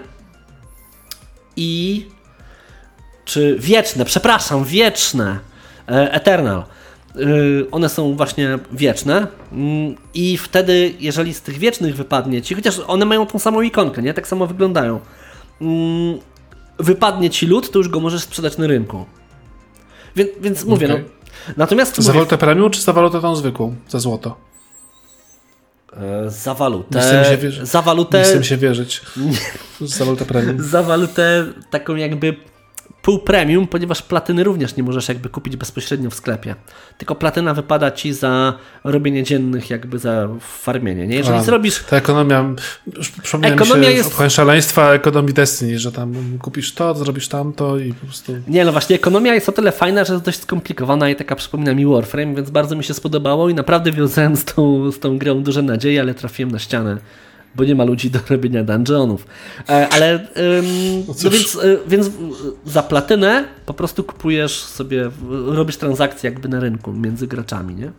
czy wieczne, Eternal. One są właśnie wieczne i wtedy, jeżeli z tych wiecznych wypadnie ci, chociaż one mają tą samą ikonkę, nie? Tak samo wyglądają, wypadnie ci loot, to już go możesz sprzedać na rynku. Więc mówię, no. Natomiast za walutę premium, czy za walutę tą zwykłą? Za złoto? Za walutę. Nie chcę się wierzyć. Za walutę premium. Za walutę taką jakby pół premium, ponieważ platyny również nie możesz jakby kupić bezpośrednio w sklepie. Tylko platyna wypada ci za robienie dziennych, jakby za farmienie. Nie? Jeżeli zrobisz... Ta ekonomia, już przypomniałem się jest... szaleństwa ekonomii Destiny, że tam kupisz to, zrobisz tamto i po prostu... Nie, no właśnie ekonomia jest o tyle fajna, że jest dość skomplikowana i taka przypomina mi Warframe, więc bardzo mi się spodobało i naprawdę wiązałem z tą grą duże nadzieje, ale trafiłem na ścianę, bo nie ma ludzi do robienia dungeonów. Ale więc za platynę po prostu kupujesz sobie, robisz transakcje jakby na rynku między graczami, nie?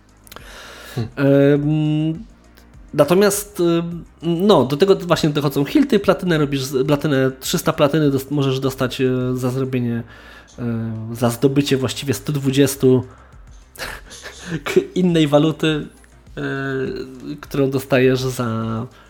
Natomiast no, do tego właśnie dochodzą hilty, platynę 300 platyny możesz dostać za zrobienie, za zdobycie właściwie 120 innej waluty, którą dostajesz za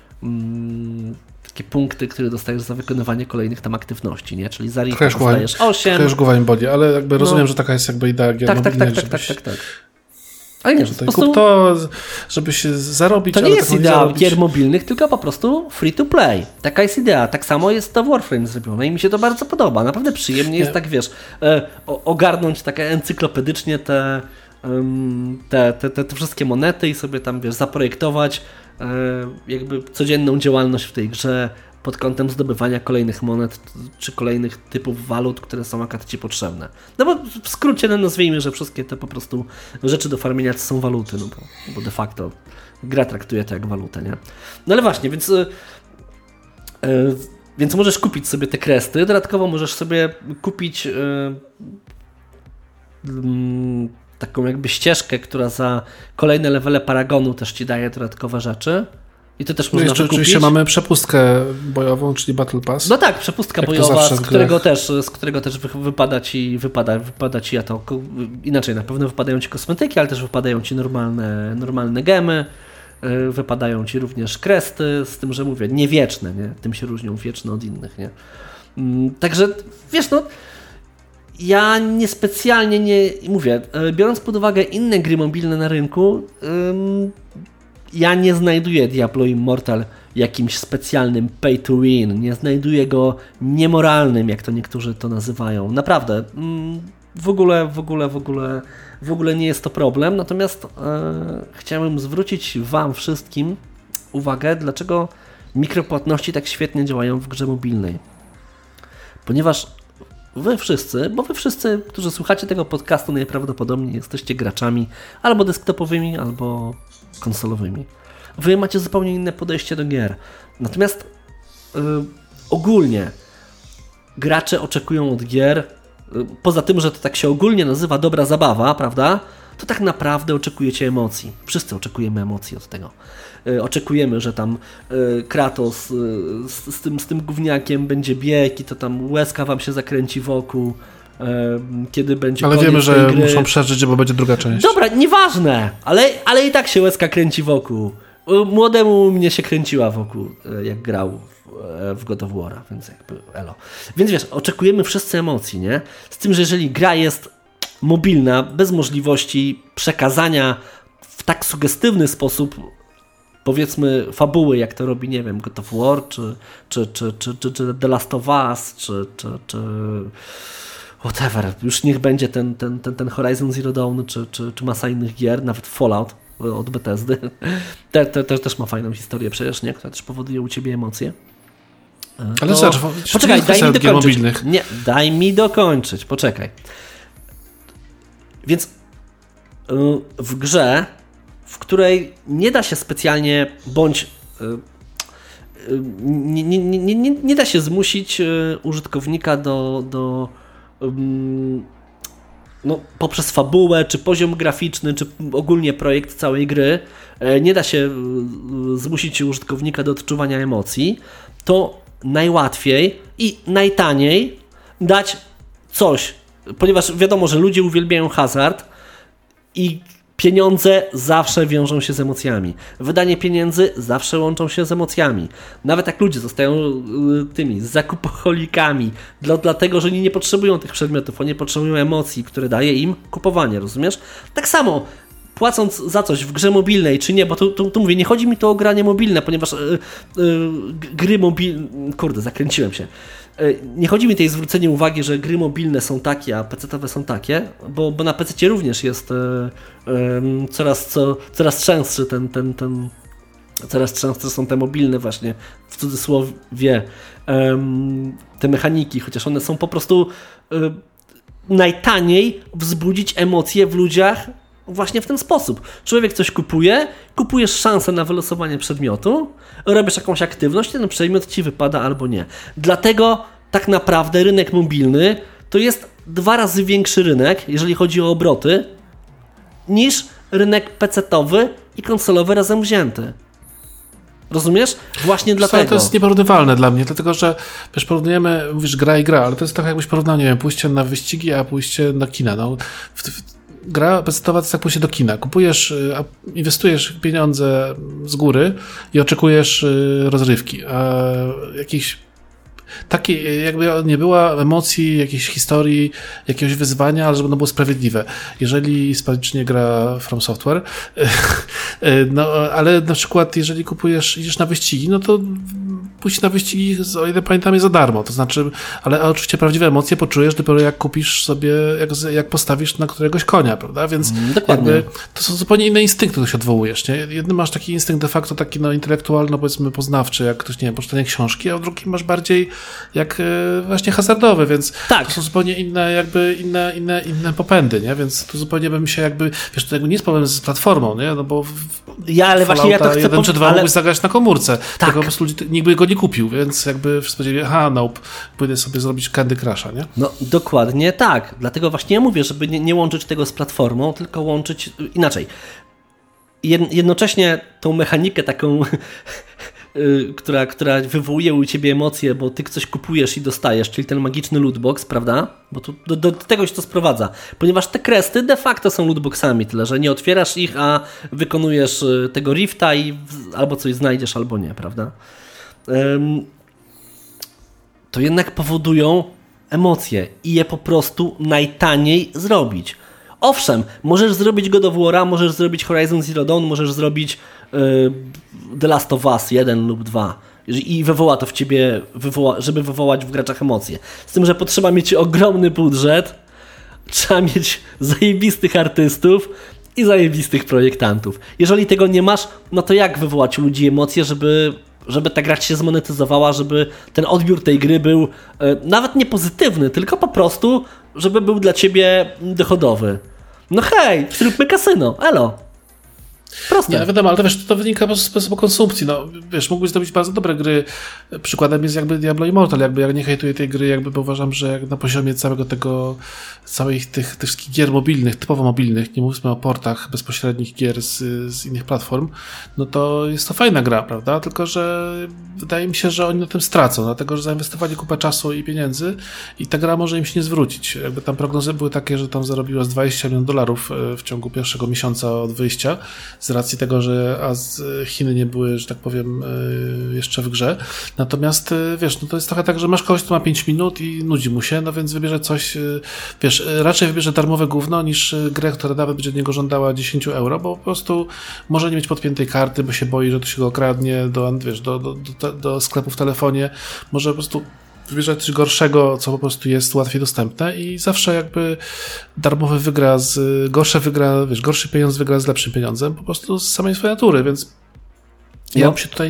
takie punkty, które dostajesz za wykonywanie kolejnych tam aktywności, nie? Czyli za rift dostajesz 8. Trochę już głowa mi boli, ale jakby rozumiem, że taka jest jakby idea gier mobilnych. Tak. Ale nie, po prostu to, żeby się zarobić. To nie jest idea gier mobilnych, tylko po prostu free to play. Taka jest idea. Tak samo jest to Warframe zrobione i mi się to bardzo podoba. Naprawdę przyjemnie jest tak, wiesz, ogarnąć tak encyklopedycznie te wszystkie monety i sobie tam, wiesz, zaprojektować jakby codzienną działalność w tej grze pod kątem zdobywania kolejnych monet czy kolejnych typów walut, które są akurat ci potrzebne. No bo w skrócie nazwijmy, że wszystkie te po prostu rzeczy do farmienia to są waluty, no bo de facto gra traktuje to jak walutę, nie? No ale właśnie, więc możesz kupić sobie te kresty, dodatkowo możesz sobie kupić taką jakby ścieżkę, która za kolejne levele Paragonu też ci daje dodatkowe rzeczy. I to też można wykupić. Oczywiście mamy przepustkę bojową, czyli Battle Pass. No tak, przepustka bojowa, z którego też wypada ci inaczej, na pewno wypadają ci kosmetyki, ale też wypadają ci normalne gemy, wypadają ci również kresty, z tym, że mówię, nie wieczne, nie? Tym się różnią wieczne od innych, nie? Także, wiesz, no ja niespecjalnie nie mówię, biorąc pod uwagę inne gry mobilne na rynku, ja nie znajduję Diablo Immortal jakimś specjalnym pay to win, nie znajduję go niemoralnym, jak to niektórzy to nazywają. Naprawdę, w ogóle nie jest to problem, natomiast chciałem zwrócić wam wszystkim uwagę, dlaczego mikropłatności tak świetnie działają w grze mobilnej. Ponieważ wy wszyscy, którzy słuchacie tego podcastu, najprawdopodobniej jesteście graczami albo desktopowymi, albo konsolowymi. Wy macie zupełnie inne podejście do gier. Natomiast ogólnie gracze oczekują od gier, poza tym, że to tak się ogólnie nazywa dobra zabawa, prawda? To tak naprawdę oczekujecie emocji. Wszyscy oczekujemy emocji od tego. Oczekujemy, że tam Kratos z tym gówniakiem będzie bieg i to tam łezka wam się zakręci wokół, kiedy będzie ale koniec wiemy, że tej gry. Muszą przeżyć, bo będzie druga część. Dobra, nieważne, ale i tak się łezka kręci wokół. Młodemu mnie się kręciła wokół, jak grał w God of War'a, więc jakby elo. Więc wiesz, oczekujemy wszyscy emocji, nie? Z tym, że jeżeli gra jest mobilna, bez możliwości przekazania w tak sugestywny sposób, powiedzmy, fabuły, jak to robi, nie wiem, God of War, czy The Last of Us, czy whatever, już niech będzie ten Horizon Zero Dawn, czy masa innych gier, nawet Fallout od Bethesdy. Też ma fajną historię przecież, nie? Która też powoduje u ciebie emocje. Ale poczekaj, daj mi dokończyć. Nie, daj mi dokończyć, poczekaj. Więc w grze, w której nie da się specjalnie, bądź nie da się zmusić użytkownika do no, poprzez fabułę, czy poziom graficzny, czy ogólnie projekt całej gry, nie da się zmusić użytkownika do odczuwania emocji, to najłatwiej i najtaniej dać coś, ponieważ wiadomo, że ludzie uwielbiają hazard i pieniądze zawsze wiążą się z emocjami. Wydanie pieniędzy zawsze łączą się z emocjami. Nawet jak ludzie zostają tymi zakupoholikami, dlatego, że oni nie potrzebują tych przedmiotów, oni potrzebują emocji, które daje im kupowanie, rozumiesz? Tak samo płacąc za coś w grze mobilnej, czy nie, bo tu mówię, nie chodzi mi tu o granie mobilne, ponieważ gry mobilne... Kurde, zakręciłem się. Nie chodzi mi tutaj o zwrócenie uwagi, że gry mobilne są takie, a PC-towe są takie, bo na PC-cie również jest coraz częstszy coraz częstsze są te mobilne właśnie, w cudzysłowie, te mechaniki, chociaż one są po prostu najtaniej wzbudzić emocje w ludziach właśnie w ten sposób. Człowiek coś kupujesz szansę na wylosowanie przedmiotu, robisz jakąś aktywność, ten przedmiot ci wypada albo nie. Dlatego tak naprawdę rynek mobilny to jest 2 razy większy rynek, jeżeli chodzi o obroty, niż rynek PC-towy i konsolowy razem wzięty. Rozumiesz? Właśnie dlatego. To jest nieporównywalne dla mnie, dlatego że wiesz, porównujemy, mówisz gra i gra, ale to jest tak jakbyś porównał, nie wiem, pójście na wyścigi, a pójście do kina. No, gra PC-towa to jest jak pójście do kina. Kupujesz, inwestujesz pieniądze z góry i oczekujesz rozrywki. A jakiś takiej, jakby nie było emocji, jakiejś historii, jakiegoś wyzwania, ale żeby ono było sprawiedliwe. Jeżeli sympatycznie gra From Software, no, ale na przykład jeżeli idziesz na wyścigi, no to pójść na wyścigi, o ile pamiętam, jest za darmo. To znaczy, ale oczywiście prawdziwe emocje poczujesz dopiero jak kupisz sobie, jak postawisz na któregoś konia, prawda? Więc jakby, to są zupełnie inne instynkty, które się odwołujesz, nie? Jedny masz taki instynkt de facto taki intelektualno, powiedzmy poznawczy, jak ktoś, nie wiem, poczytanie książki, a w drugim masz bardziej jak właśnie hazardowy, więc to są zupełnie inne inne popędy, nie? Więc tu zupełnie bym się wiesz, to nie jest problem z platformą, nie? No bo ale właśnie ja to chcę 1 czy 2 mógłbyś zagrać na komórce, tylko po prostu nikt by go nie kupił, więc jakby wszyscy powiedzieli, nope, pójdę sobie zrobić Candy Crusha, nie? No dokładnie tak, dlatego właśnie ja mówię, żeby nie łączyć tego z platformą, tylko łączyć inaczej. Jednocześnie tą mechanikę taką, która wywołuje u ciebie emocje, bo ty coś kupujesz i dostajesz, czyli ten magiczny lootbox, prawda? Bo tu do tego się to sprowadza. Ponieważ te kresty de facto są lootboxami, tyle że nie otwierasz ich, a wykonujesz tego rifta i albo coś znajdziesz, albo nie, prawda? To jednak powodują emocje i je po prostu najtaniej zrobić. Owszem, możesz zrobić God of War'a, możesz zrobić Horizon Zero Dawn, możesz zrobić The Last of Us 1 lub 2 i wywoła to w ciebie, żeby wywołać w graczach emocje. Z tym, że potrzeba mieć ogromny budżet, trzeba mieć zajebistych artystów i zajebistych projektantów. Jeżeli tego nie masz, no to jak wywołać u ludzi emocje, żeby ta gra się zmonetyzowała, żeby ten odbiór tej gry był nawet nie pozytywny, tylko po prostu, żeby był dla ciebie dochodowy. No hej, zróbmy kasyno, elo. Proste. Nie, wiadomo, ale to wiesz, to wynika z sposobu konsumpcji. No, wiesz, mógłbyś zrobić bardzo dobre gry. Przykładem jest jakby Diablo Immortal. Ja nie hejtuję tej gry, bo uważam, że jak na poziomie całych tych wszystkich gier mobilnych, typowo mobilnych, nie mówmy o portach bezpośrednich gier z innych platform, no to jest to fajna gra, prawda? Tylko, że wydaje mi się, że oni na tym stracą, dlatego, że zainwestowali kupę czasu i pieniędzy i ta gra może im się nie zwrócić. Jakby tam prognozy były takie, że tam zarobiła z $20 milionów w ciągu pierwszego miesiąca od wyjścia, z racji tego, że Chiny nie były, że tak powiem, jeszcze w grze. Natomiast, wiesz, no to jest trochę tak, że masz kogoś, kto ma 5 minut i nudzi mu się, no więc wybierze coś, wiesz, raczej wybierze darmowe gówno niż grę, która nawet będzie od niego żądała 10 euro, bo po prostu może nie mieć podpiętej karty, bo się boi, że to się go okradnie do sklepu w telefonie. Może po prostu wybierze coś gorszego, co po prostu jest łatwiej dostępne i zawsze jakby darmowy gorszy pieniądz wygra z lepszym pieniądzem, po prostu z samej swojej natury, więc ja bym się tutaj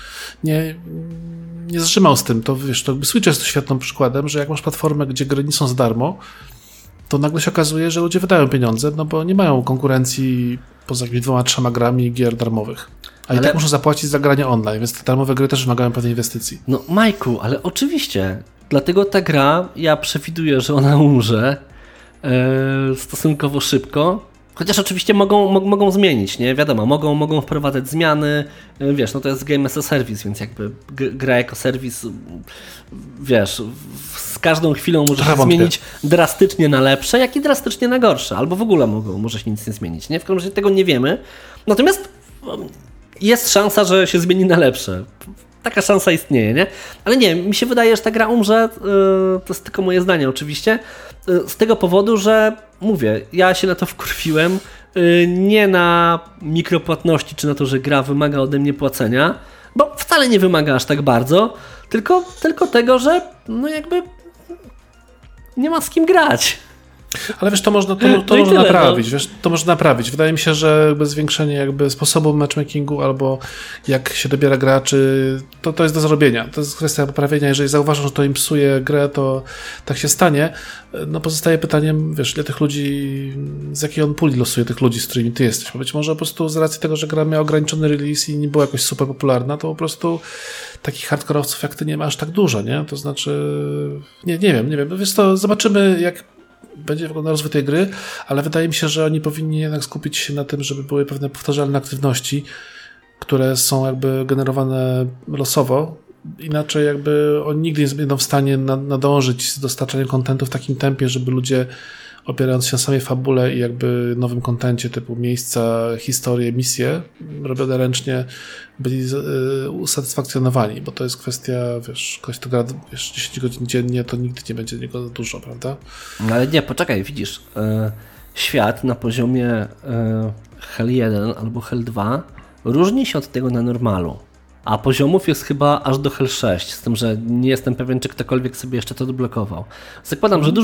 nie zrzymał z tym. To wiesz, to Switch jest świetnym przykładem, że jak masz platformę, gdzie gry nie są za darmo, to nagle się okazuje, że ludzie wydają pieniądze, no bo nie mają konkurencji poza jakimiś 2-3 grami gier darmowych. I tak muszę zapłacić za granie online, więc te darmowe gry też wymagają pewnej inwestycji. No Majku, ale oczywiście. Dlatego ta gra, ja przewiduję, że ona umrze stosunkowo szybko. Chociaż oczywiście mogą zmienić, nie? Wiadomo, mogą wprowadzać zmiany. Wiesz, no to jest game as a service, więc jakby gra jako serwis, wiesz, z każdą chwilą może się zmienić drastycznie na lepsze, jak i drastycznie na gorsze. Albo w ogóle może się nic nie zmienić, nie? W każdym razie tego nie wiemy. Natomiast jest szansa, że się zmieni na lepsze. Taka szansa istnieje, nie? Ale nie, mi się wydaje, że ta gra umrze, to jest tylko moje zdanie oczywiście, z tego powodu, że mówię, ja się na to wkurwiłem, nie na mikropłatności, czy na to, że gra wymaga ode mnie płacenia, bo wcale nie wymaga aż tak bardzo, tylko tego, że no jakby nie ma z kim grać. Ale wiesz, to można naprawić, wiesz, to można naprawić. Wydaje mi się, że zwiększenie jakby sposobu matchmakingu albo jak się dobiera graczy, to jest do zrobienia. To jest kwestia poprawienia. Jeżeli zauważą, że to im psuje grę, to tak się stanie. No pozostaje pytaniem, wiesz, ile tych ludzi, z jakiej on puli losuje tych ludzi, z którymi ty jesteś. Bo być może po prostu z racji tego, że gra miała ograniczony release i nie była jakoś super popularna, to po prostu takich hardkorowców jak ty nie ma aż tak dużo, nie? To znaczy, nie wiem. Wiesz, to zobaczymy, jak będzie wyglądał rozwój tej gry, ale wydaje mi się, że oni powinni jednak skupić się na tym, żeby były pewne powtarzalne aktywności, które są jakby generowane losowo. Inaczej jakby oni nigdy nie będą w stanie nadążyć z dostarczaniem kontentu w takim tempie, żeby ludzie opierając się na samej fabule i jakby nowym kontencie typu miejsca, historie, misje, robione ręcznie, byli usatysfakcjonowani, bo to jest kwestia, wiesz, ktoś to gra 10 godzin dziennie, to nigdy nie będzie niego dużo, prawda? No ale nie, poczekaj, widzisz, świat na poziomie Hell 1 albo Hell 2 różni się od tego na normalu. A poziomów jest chyba aż do Hell 6, z tym, że nie jestem pewien, czy ktokolwiek sobie jeszcze to odblokował. Zakładam, że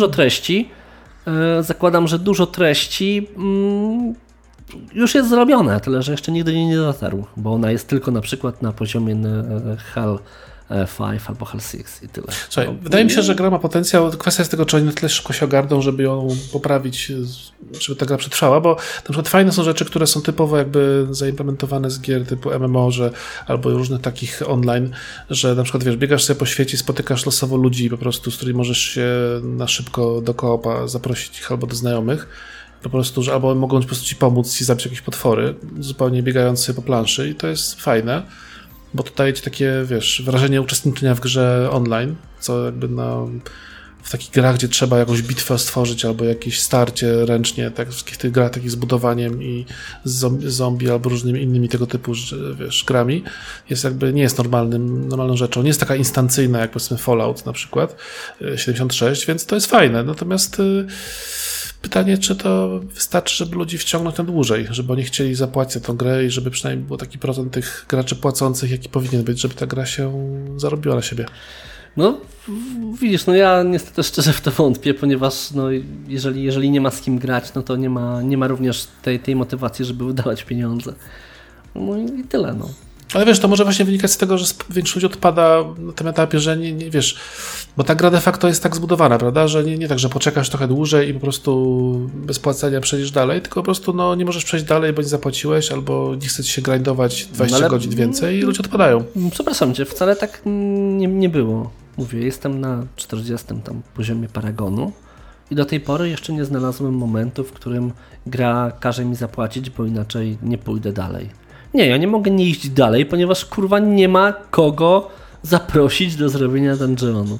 dużo treści już jest zrobione, tyle że jeszcze nigdy nie dotarł, bo ona jest tylko na przykład na poziomie Hell 5 albo Hell 6 i tyle. Słuchaj, wydaje mi się, że gra ma potencjał. Kwestia jest tego, czy oni na tyle szybko się ogarną, żeby ją poprawić, żeby ta gra przetrwała, bo na przykład fajne są rzeczy, które są typowo jakby zaimplementowane z gier typu MMO, albo różnych takich online, że na przykład wiesz, biegasz sobie po świecie, spotykasz losowo ludzi po prostu, z którymi możesz się na szybko do koopa zaprosić ich albo do znajomych, po prostu, że albo mogą po prostu ci pomóc i zabić jakieś potwory, zupełnie biegając sobie po planszy i to jest fajne. Bo to daje ci takie, wiesz, wrażenie uczestniczenia w grze online, co jakby w takich grach, gdzie trzeba jakąś bitwę stworzyć albo jakieś starcie ręcznie, tak, wszystkich tych grach takich z budowaniem i z zombie albo różnymi innymi tego typu, wiesz, grami, jest jakby, nie jest normalną rzeczą. Nie jest taka instancyjna, jak powiedzmy Fallout na przykład 76, więc to jest fajne. Natomiast pytanie, czy to wystarczy, żeby ludzi wciągnąć na dłużej, żeby oni chcieli zapłacić za tą grę i żeby przynajmniej był taki procent tych graczy płacących, jaki powinien być, żeby ta gra się zarobiła na siebie. No, widzisz, no ja niestety szczerze w to wątpię, ponieważ no, jeżeli nie ma z kim grać, no to nie ma również tej motywacji, żeby wydawać pieniądze. No i tyle, no. Ale wiesz, to może właśnie wynikać z tego, że większość ludzi odpada na tym etapie, że nie wiesz, bo ta gra de facto jest tak zbudowana, prawda, że nie tak, że poczekasz trochę dłużej i po prostu bez płacenia przejdziesz dalej, tylko po prostu no, nie możesz przejść dalej, bo nie zapłaciłeś, albo nie chce ci się grindować 20 godzin więcej i ludzie odpadają. Przepraszam cię, wcale tak nie było. Mówię, jestem na 40 tam poziomie Paragonu i do tej pory jeszcze nie znalazłem momentu, w którym gra każe mi zapłacić, bo inaczej nie pójdę dalej. Nie, ja nie mogę nie iść dalej, ponieważ kurwa nie ma kogo zaprosić do zrobienia dungeonu.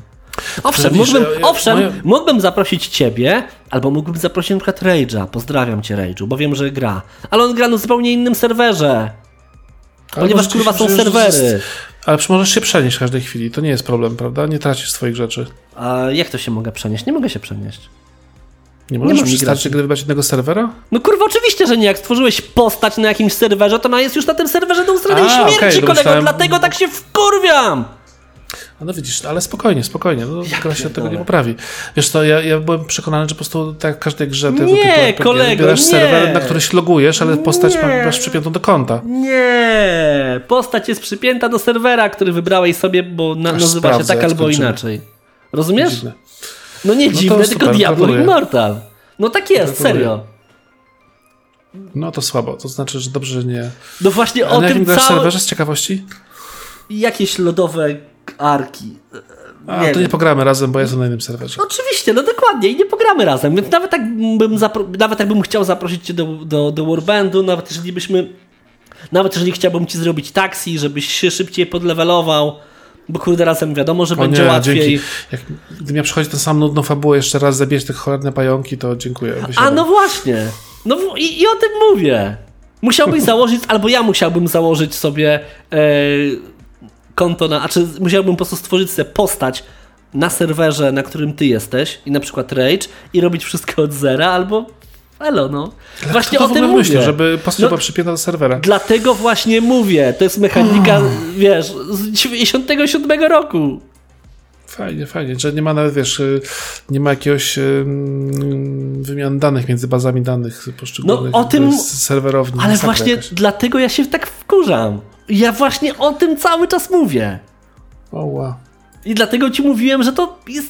Mógłbym zaprosić ciebie, albo mógłbym zaprosić na przykład Rage'a. Pozdrawiam cię, Rage'u, bo wiem, że gra. Ale on gra na zupełnie innym serwerze. Ponieważ kurwa są serwery. Ale możesz się przenieść w każdej chwili, to nie jest problem, prawda? Nie tracisz swoich rzeczy. A jak to się mogę przenieść? Nie mogę się przenieść. Nie możesz przestać grywać jednego serwera? No kurwa, oczywiście, że nie. Jak stworzyłeś postać na jakimś serwerze, to ona jest już na tym serwerze do ustalenia śmierci, kolego, dlatego tak się wkurwiam! No widzisz, ale spokojnie, no, gra się od tego nie poprawi. Wiesz co, ja byłem przekonany, że po prostu tak w każdej grze tego typu wybierasz serwer, na który się logujesz, ale postać masz przypiętą do konta. Nie, postać jest przypięta do serwera, który wybrałeś sobie, bo nazywa się tak albo inaczej. Rozumiesz? Dziwne. No nie dziwne, tylko Diablo Immortal. No tak jest, serio. No to słabo, to znaczy, że dobrze, że nie... No właśnie o tym całym... serwerze z ciekawości? Jakieś lodowe arki. To nie pogramy razem, bo jestem na innym serwerze. Oczywiście, no dokładnie i nie pogramy razem, więc nawet jakbym chciał zaprosić cię do Warbandu, nawet jeżeli chciałbym ci zrobić taksi, żebyś się szybciej podlewelował, bo kurde razem wiadomo, że będzie łatwiej. Gdy mnie przychodzi ten sam nudną fabułę, jeszcze raz zabijać te cholerne pająki, to dziękuję. No właśnie. No i o tym mówię. Musiałbyś założyć, albo ja musiałbym założyć sobie konto musiałbym po prostu stworzyć sobie postać na serwerze, na którym ty jesteś i na przykład Rage i robić wszystko od zera, albo elo, no. Właśnie o tym mówię. Myślę, żeby postać była przypięta do serwera. Dlatego właśnie mówię. To jest mechanika, wiesz, z 97 roku. Fajnie, że nie ma nawet, wiesz, nie ma jakiegoś wymian danych między bazami danych poszczególnych serwerowni. Ale właśnie dlatego ja się tak wkurzam. Ja właśnie o tym cały czas mówię. Wow. I dlatego ci mówiłem, że to jest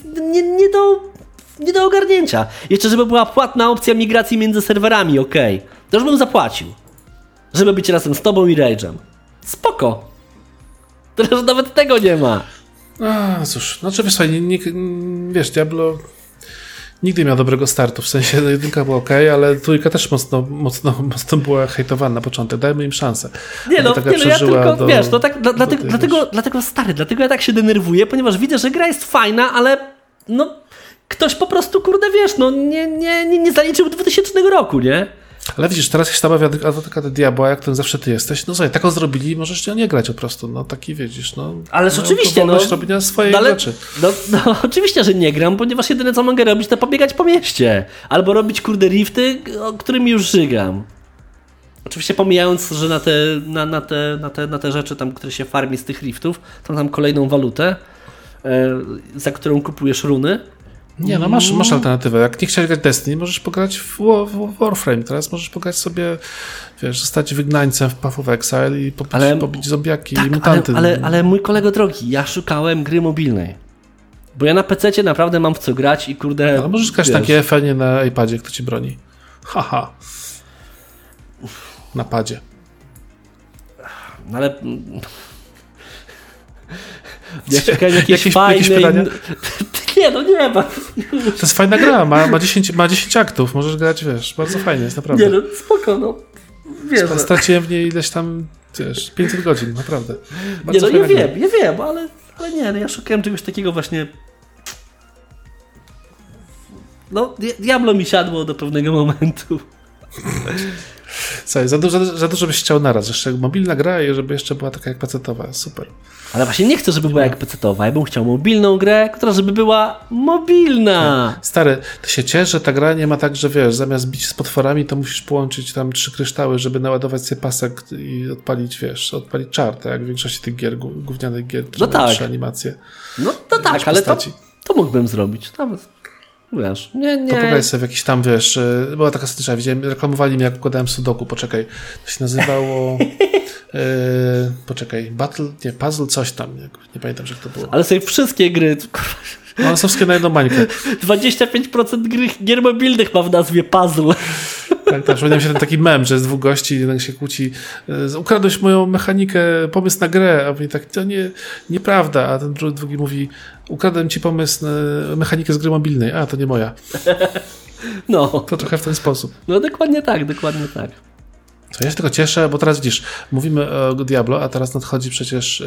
nie do ogarnięcia. Jeszcze żeby była płatna opcja migracji między serwerami, okej. To już bym zapłacił. Żeby być razem z tobą i Rage'em. Spoko. Teraz nawet tego nie ma. Cóż, znaczy wiesz, Diablo nigdy nie miał dobrego startu, w sensie jedynka była okej, ale trójka też mocno była hejtowana na początek, dajmy im szansę. Ja tylko, wiesz, to tak, dlatego stary, dlatego ja tak się denerwuję, ponieważ widzę, że gra jest fajna, ale no ktoś po prostu, kurde, wiesz, no nie zaliczył 2000 roku, nie? Ale widzisz, teraz się stawia adwokat diabła, jak ten zawsze ty jesteś. No słuchaj, taką zrobili i możesz nie grać po prostu. No taki widzisz, no. Ale oczywiście, no. robienia swojej rzeczy. No oczywiście, że nie gram, ponieważ jedyne co mogę robić, to pobiegać po mieście. Albo robić, kurde, rifty, którymi już żygam. Oczywiście pomijając, że na te rzeczy tam, które się farmi z tych riftów, to tam kolejną walutę, za którą kupujesz runy. Nie, no masz alternatywę. Jak nie chciałeś grać Destiny, możesz pograć w Warframe. Teraz możesz pograć sobie, wiesz, zostać wygnańcem w Path of Exile i pobić zombiaki i mutanty. Ale mój kolego drogi, ja szukałem gry mobilnej. Bo ja na PC-cie naprawdę mam w co grać i kurde... Ale możesz grać na GFN-ie na iPadzie, kto ci broni. Haha. Na padzie. No ale... Ja szukałem jakiejś fajnej... Nie, no nie ma. To jest fajna gra, ma 10 aktów, możesz grać, wiesz, bardzo fajnie, jest naprawdę. Nie, no spoko, no. Wierzę. Straciłem w niej ileś tam, wiesz, 500 godzin, naprawdę. Bardzo nie, no ja wiem, ale nie, no ja szukałem czegoś takiego właśnie... No, Diablo mi siadło do pewnego momentu. Słuchaj, za dużo byś chciał naraz, jeszcze mobilna gra i żeby jeszcze była taka jak pecetowa, super. Ale właśnie nie chcę, żeby była jak pecetowa, ja bym chciał mobilną grę, która żeby była mobilna. Stary, to się ciesz, że ta gra nie ma tak, że wiesz, zamiast bić z potworami, to musisz połączyć tam 3 kryształy, żeby naładować sobie pasek i odpalić, wiesz, czar, tak jak w większości tych gier, gównianych gier, no tak. 3 animacje. No to tak, ale to mógłbym zrobić. Wiesz, nie. To pograj sobie w jakiś tam, wiesz, była taka sytuacja, widziałem, reklamowali mnie, jak układałem sudoku, poczekaj, to się nazywało puzzle coś tam, nie pamiętam, jak to było. Ale sobie wszystkie gry, no, one są wszystkie na jedną bańkę. 25% gier mobilnych ma w nazwie puzzle. Tak, przypomniał się ten taki mem, że jest 2 gości, jeden się kłóci, ukradłeś moją mechanikę, pomysł na grę, a mówi tak, to nieprawda, a ten drugi mówi, ukradłem ci pomysł na mechanikę z gry mobilnej, a to nie moja. No. To trochę w ten sposób. No dokładnie tak. To ja się tylko cieszę, bo teraz widzisz, mówimy o Diablo, a teraz nadchodzi przecież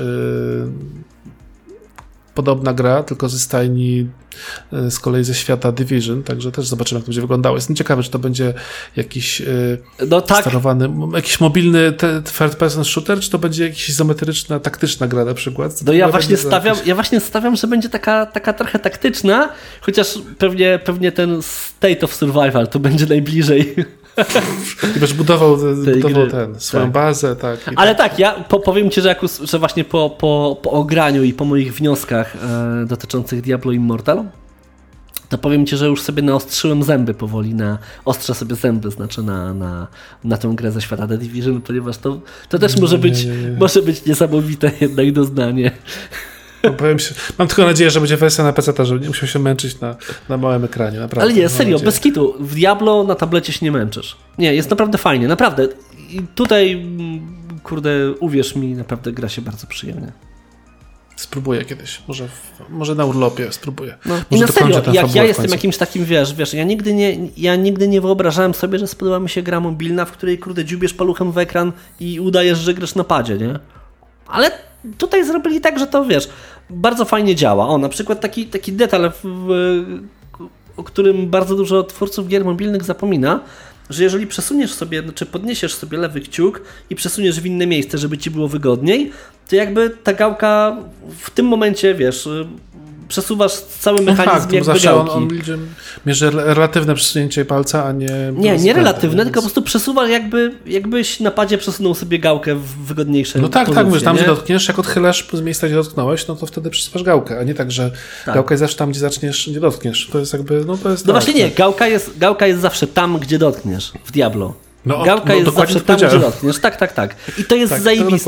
podobna gra, tylko ze stajni z kolei ze świata Division, także też zobaczymy, jak to będzie wyglądało. Jestem ciekawy, czy to będzie jakiś sterowany, jakiś mobilny third person shooter, czy to będzie jakaś izometryczna, taktyczna gra na przykład. No ja właśnie stawiam, że będzie taka trochę taktyczna, chociaż pewnie ten State of Survival to będzie najbliżej. I będziesz budował swoją bazę. Tak, ale tak, ja powiem ci, że właśnie po ograniu i po moich wnioskach dotyczących Diablo Immortal, to powiem ci, że już sobie naostrzyłem zęby powoli, ostrzę sobie zęby, znaczy na tę grę ze świata The Division, ponieważ to też może być niesamowite jednak doznanie. No, mam tylko nadzieję, że będzie wersja na PC, żeby nie musiał się męczyć na małym ekranie. Naprawdę. Ale nie, serio, bez kitu. W Diablo na tablecie się nie męczysz. Nie, jest naprawdę fajnie, naprawdę. I tutaj, kurde, uwierz mi, naprawdę gra się bardzo przyjemnie. Spróbuję kiedyś. Może na urlopie spróbuję. No, i na serio, jak ja jestem jakimś takim, wiesz, ja nigdy nie wyobrażałem sobie, że spodoba mi się gra mobilna, w której, kurde, dziubiesz paluchem w ekran i udajesz, że grasz na padzie, nie? Ale tutaj zrobili tak, że to, wiesz, bardzo fajnie działa. Na przykład taki detal, o którym bardzo dużo twórców gier mobilnych zapomina, że jeżeli przesuniesz sobie, czy podniesiesz sobie lewy kciuk i przesuniesz w inne miejsce, żeby ci było wygodniej, to jakby ta gałka w tym momencie, wiesz, przesuwasz cały mechanizm jakby gałki. On mierzy relatywne przesunięcie palca, a nie... Nie relatywne, tylko po prostu przesuwasz jakbyś na padzie przesunął sobie gałkę w wygodniejsze No tak, pozycje, mówisz, tam gdzie dotkniesz, jak odchylasz z miejsca, gdzie dotknąłeś, no to wtedy przesuwasz gałkę, a nie tak, że gałka jest zawsze tam, gdzie zaczniesz, nie dotkniesz. To jest jakby, właśnie nie, gałka jest zawsze tam, gdzie dotkniesz w Diablo. Gałka jest zawsze tam, gdzie dotkniesz. Tak. I to jest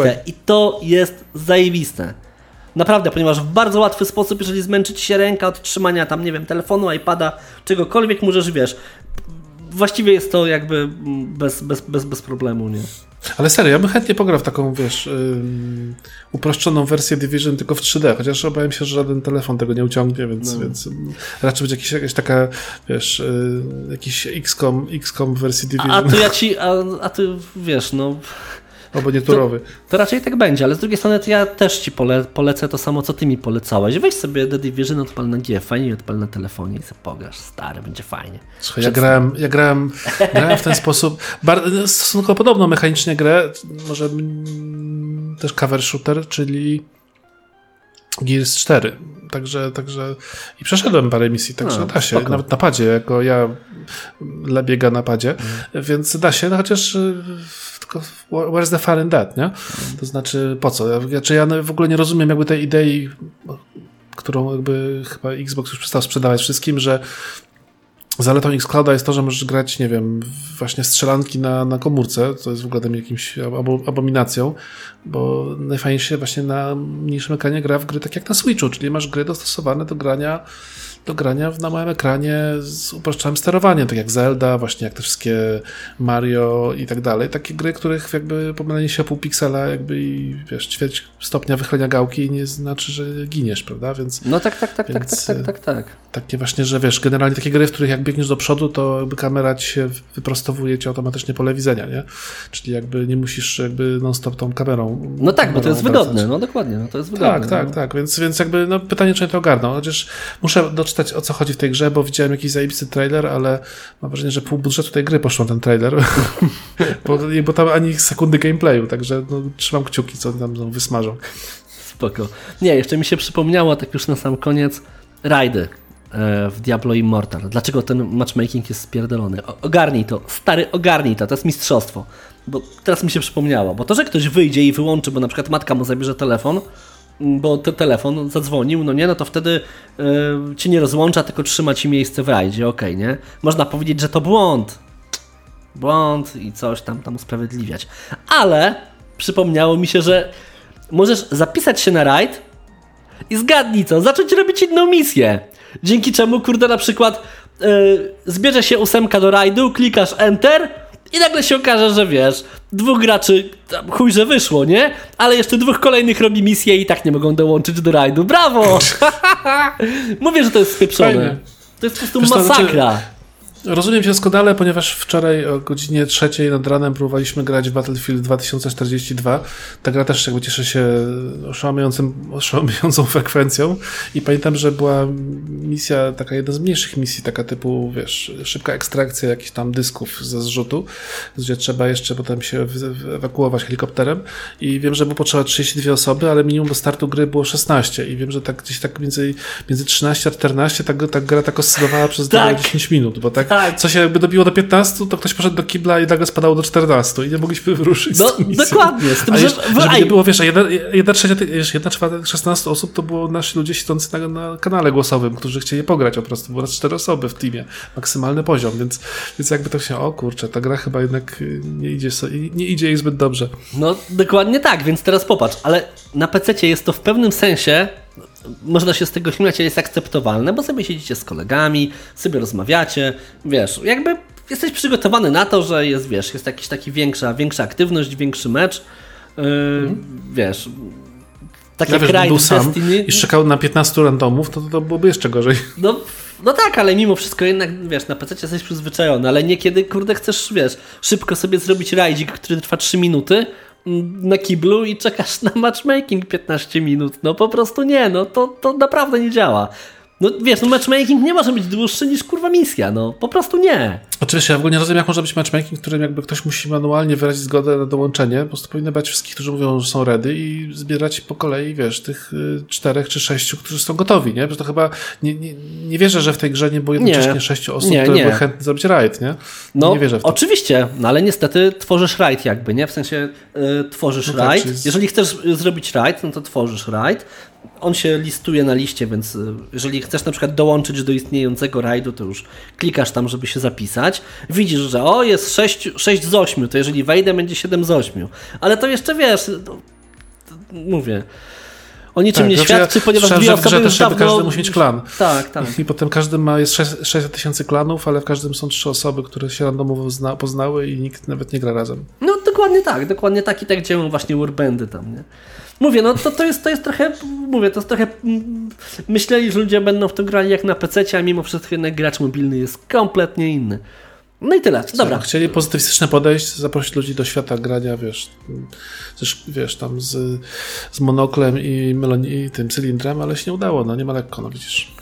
zajebiste. Naprawdę, ponieważ w bardzo łatwy sposób, jeżeli zmęczy ci się ręka od trzymania tam, nie wiem, telefonu, iPada, czegokolwiek, możesz, wiesz, właściwie jest to jakby bez problemu, nie? Ale serio, ja bym chętnie pograł w taką, wiesz, uproszczoną wersję Division tylko w 3D, chociaż obawiam się, że żaden telefon tego nie uciągnie, więc raczej będzie jakaś taka, wiesz, jakiś XCOM w wersji Division. A ty wiesz, no... albo nieturowy. To raczej tak będzie, ale z drugiej strony to ja też ci polecę to samo, co ty mi polecałeś. Weź sobie The Division, odpal na GFN i odpal na telefonie i sobie pograsz. Stary, będzie fajnie. Słuchaj, ja grałem w ten sposób. Stosunkowo podobną mechanicznie grę, może też cover shooter, czyli Gears 4. Także i przeszedłem parę misji, także da się. Spoko. Nawet na padzie, jako ja biega na padzie, więc da się, no chociaż tylko where's the fun in that, nie? To znaczy po co? Ja w ogóle nie rozumiem jakby tej idei, którą jakby chyba Xbox już przestał sprzedawać wszystkim, że zaletą Xclouda jest to, że możesz grać, nie wiem, właśnie strzelanki na komórce, co jest w ogóle jakimś abominacją, bo najfajniej się właśnie na mniejszym ekranie gra w gry tak jak na Switchu, czyli masz gry dostosowane do grania na małym ekranie z uproszczonym sterowaniem, tak jak Zelda, właśnie jak te wszystkie Mario i tak dalej. Takie gry, których jakby pomylenie się o pół piksela jakby i wiesz, ćwierć stopnia wychylenia gałki nie znaczy, że giniesz, prawda? Więc, no tak. Takie właśnie, że wiesz, generalnie takie gry, w których jak biegniesz do przodu, to jakby kamera ci się wyprostowuje ci automatycznie pole widzenia, nie? Czyli jakby nie musisz jakby non-stop tą kamerą. No tak, bo to jest wygodne, no dokładnie, no to jest wygodne. Tak, więc jakby no pytanie, czy to ogarną. Chociaż muszę doczytać, o co chodzi w tej grze, bo widziałem jakiś zajebisty trailer, ale mam wrażenie, że pół budżetu tej gry poszło na ten trailer, bo tam ani sekundy gameplayu, także no, trzymam kciuki, co tam wysmażą. Spoko. Nie, jeszcze mi się przypomniało, tak już na sam koniec, rajdy w Diablo Immortal. Dlaczego ten matchmaking jest spierdolony? Ogarnij to, stary, ogarnij to jest mistrzostwo. Bo teraz mi się przypomniało, bo to, że ktoś wyjdzie i wyłączy, bo na przykład matka mu zabierze telefon, bo telefon zadzwonił, no nie, no to wtedy ci nie rozłącza, tylko trzyma ci miejsce w rajdzie, okej, nie? Można powiedzieć, że to błąd i coś tam usprawiedliwiać. Ale przypomniało mi się, że możesz zapisać się na rajd i zgadnij co, zacząć robić inną misję. Dzięki czemu, kurde, na przykład zbierze się 8 do rajdu, klikasz Enter i nagle się okaże, że wiesz, 2 graczy, chuj, że wyszło, nie? Ale jeszcze 2 kolejnych robi misję i tak nie mogą dołączyć do rajdu. Brawo! Mówię, że to jest spieprzone. Fajnie. To jest po prostu masakra. Rozumiem się doskonale, ponieważ wczoraj o godzinie 3 nad ranem próbowaliśmy grać w Battlefield 2042. Ta gra też jakby cieszy się oszałamiającą frekwencją i pamiętam, że była misja, taka jedna z mniejszych misji, taka typu, wiesz, szybka ekstrakcja jakichś tam dysków ze zrzutu, gdzie trzeba jeszcze potem się ewakuować helikopterem i wiem, że było potrzeba 32 osoby, ale minimum do startu gry było 16 i wiem, że tak gdzieś tak między 13 a 14 ta gra tak oscylowała przez 10 minut, bo tak co się jakby dobiło do 15, to ktoś poszedł do kibla i nagle spadało do 14 i nie mogliśmy wyruszyć z tą misją. Dokładnie. Z tym, żeby nie było, wiesz, 1/3, 16 osób to było nasi ludzie siedzący na kanale głosowym, którzy chcieli pograć po prostu. Było nas 4 osoby w teamie. Maksymalny poziom, więc jakby to się, o kurczę, ta gra chyba jednak nie idzie jej zbyt dobrze. No dokładnie tak, więc teraz popatrz, ale na PC-cie jest to w pewnym sensie, można się z tego śmiać, ale jest akceptowalne, bo sobie siedzicie z kolegami, sobie rozmawiacie, wiesz, jakby jesteś przygotowany na to, że jest, wiesz, jest jakiś taki większa aktywność, większy mecz, wiesz, tak jak Raid Destiny. I czekał na 15 randomów, to byłoby jeszcze gorzej. No tak, ale mimo wszystko jednak, wiesz, na PC jesteś przyzwyczajony, ale niekiedy, kurde, chcesz, wiesz, szybko sobie zrobić rajdzik, który trwa 3 minuty, na kiblu i czekasz na matchmaking 15 minut. No po prostu nie, no to naprawdę nie działa. No wiesz, no matchmaking nie może być dłuższy niż kurwa misja, no po prostu nie. Oczywiście, ja w ogóle nie rozumiem, jak może być matchmaking, w którym jakby ktoś musi manualnie wyrazić zgodę na dołączenie. Po prostu powinno być wszystkich, którzy mówią, że są ready i zbierać po kolei, wiesz, tych 4 czy 6, którzy są gotowi, nie? Bo to chyba nie wierzę, że w tej grze nie było jednocześnie 6 osób, które były chętne zrobić raid, nie? No, nie wierzę w to. Oczywiście, no ale niestety tworzysz raid jakby, nie? W sensie tworzysz raid. Tak, jeżeli chcesz zrobić raid, no to tworzysz raid. On się listuje na liście, więc jeżeli chcesz na przykład dołączyć do istniejącego rajdu, to już klikasz tam, żeby się zapisać. Widzisz, że jest 6 z 8, to jeżeli wejdę, będzie 7 z 8. Ale to jeszcze wiesz, mówię, o niczym nie świadczy, ponieważ 2 osoby już dawno... Każdy musi mieć klan. Tak. I potem każdy jest 600 000 klanów, ale w każdym są 3 osoby, które się randomowo poznały i nikt nawet nie gra razem. No dokładnie tak i tak działają właśnie warbandy tam, nie? Mówię, no to jest trochę, to jest trochę, myśleli, że ludzie będą w to grali jak na PC-cie, a mimo wszystko jednak gracz mobilny jest kompletnie inny. No i tyle, dobra. Chcieli pozytywistyczne podejść, zaprosić ludzi do świata grania, wiesz, tam z monoklem i tym cylindrem, ale się nie udało, no nie ma lekko, no widzisz.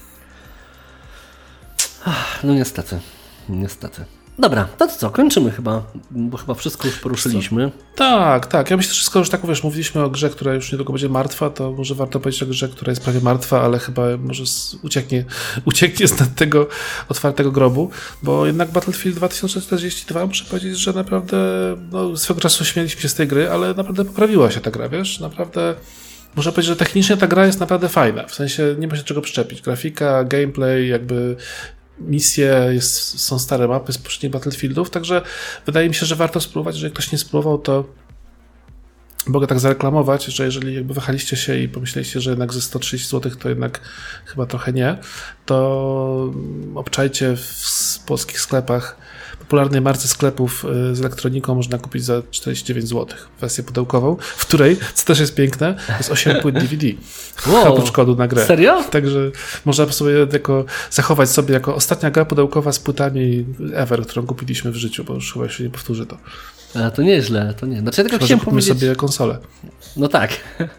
No niestety. Dobra, to co, kończymy chyba, bo chyba wszystko już poruszyliśmy. Tak. Ja myślę, że skoro już tak mówiliśmy o grze, która już niedługo będzie martwa, to może warto powiedzieć o grze, która jest prawie martwa, ale chyba może ucieknie z tego otwartego grobu, bo jednak Battlefield 2042, muszę powiedzieć, że naprawdę swego czasu śmieliśmy się z tej gry, ale naprawdę poprawiła się ta gra, wiesz, naprawdę. Muszę powiedzieć, że technicznie ta gra jest naprawdę fajna, w sensie nie ma się czego przyczepić. Grafika, gameplay, jakby misje, są stare mapy z poprzednich Battlefieldów, także wydaje mi się, że warto spróbować. Jeżeli ktoś nie spróbował, to mogę tak zareklamować, że jeżeli jakby wahaliście się i pomyśleliście, że jednak ze 130 zł to jednak chyba trochę nie, to obczajcie w polskich sklepach, popularnej marce sklepów z elektroniką można kupić za 49 zł wersję pudełkową, w której, co też jest piękne, jest 8 płyt DVD. Oprócz kodu na grę. Serio? Także można sobie zachować sobie jako ostatnia gra pudełkowa z płytami ever, którą kupiliśmy w życiu, bo już chyba się nie powtórzy to. A, to nieźle, to nie. Znaczy, ja tylko chciałem powiedzieć... sobie konsolę. No tak.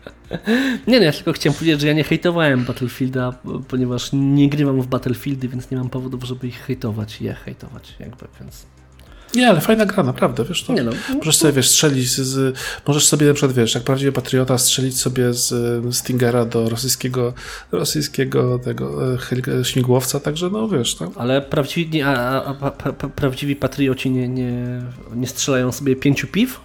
Ja tylko chciałem powiedzieć, że ja nie hejtowałem Battlefielda, ponieważ nie grywam w Battlefieldy, więc nie mam powodów, żeby ich hejtować, więc... Nie, ale fajna gra, naprawdę, wiesz, to możesz sobie, strzelić możesz sobie na przykład, jak prawdziwy patriota, strzelić sobie z Stingera do rosyjskiego tego śmigłowca, także Ale prawdziwi patrioci nie strzelają sobie 5 piw?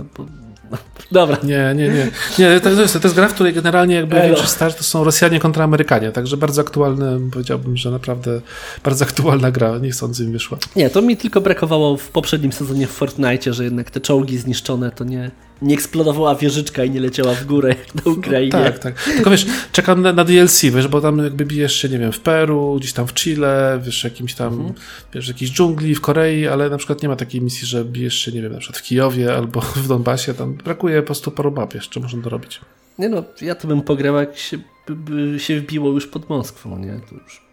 Dobra. Nie, to jest gra, w której generalnie jakby większość start to są Rosjanie kontra Amerykanie, także bardzo aktualne, powiedziałbym, że naprawdę bardzo aktualna gra, nie sądzę, im wyszła. Nie, to mi tylko brakowało w poprzednim sezonie w Fortnite, że jednak te czołgi zniszczone to nie eksplodowała wieżyczka i nie leciała w górę jak na Ukrainie. Tak. Tylko czekam na DLC, bo tam jakby bijesz się, nie wiem, w Peru, gdzieś tam w Chile, jakimś tam, w jakiejś dżungli, w Korei, ale na przykład nie ma takiej misji, że bijesz się, nie wiem, na przykład w Kijowie albo w Donbasie, tam brakuje po prostu paru map jeszcze, można to robić. Nie ja to bym pograł, jak się wbiło już pod Moskwą, nie? To już...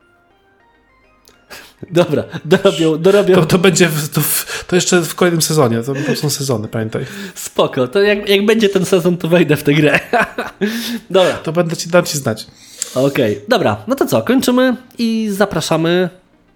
Dobra, dorobią. To będzie to jeszcze w kolejnym sezonie, to są sezony, pamiętaj. Spoko, to jak będzie ten sezon, to wejdę w tę grę. Dobra. To dam ci znać. Okej, dobra, no to co, kończymy i zapraszamy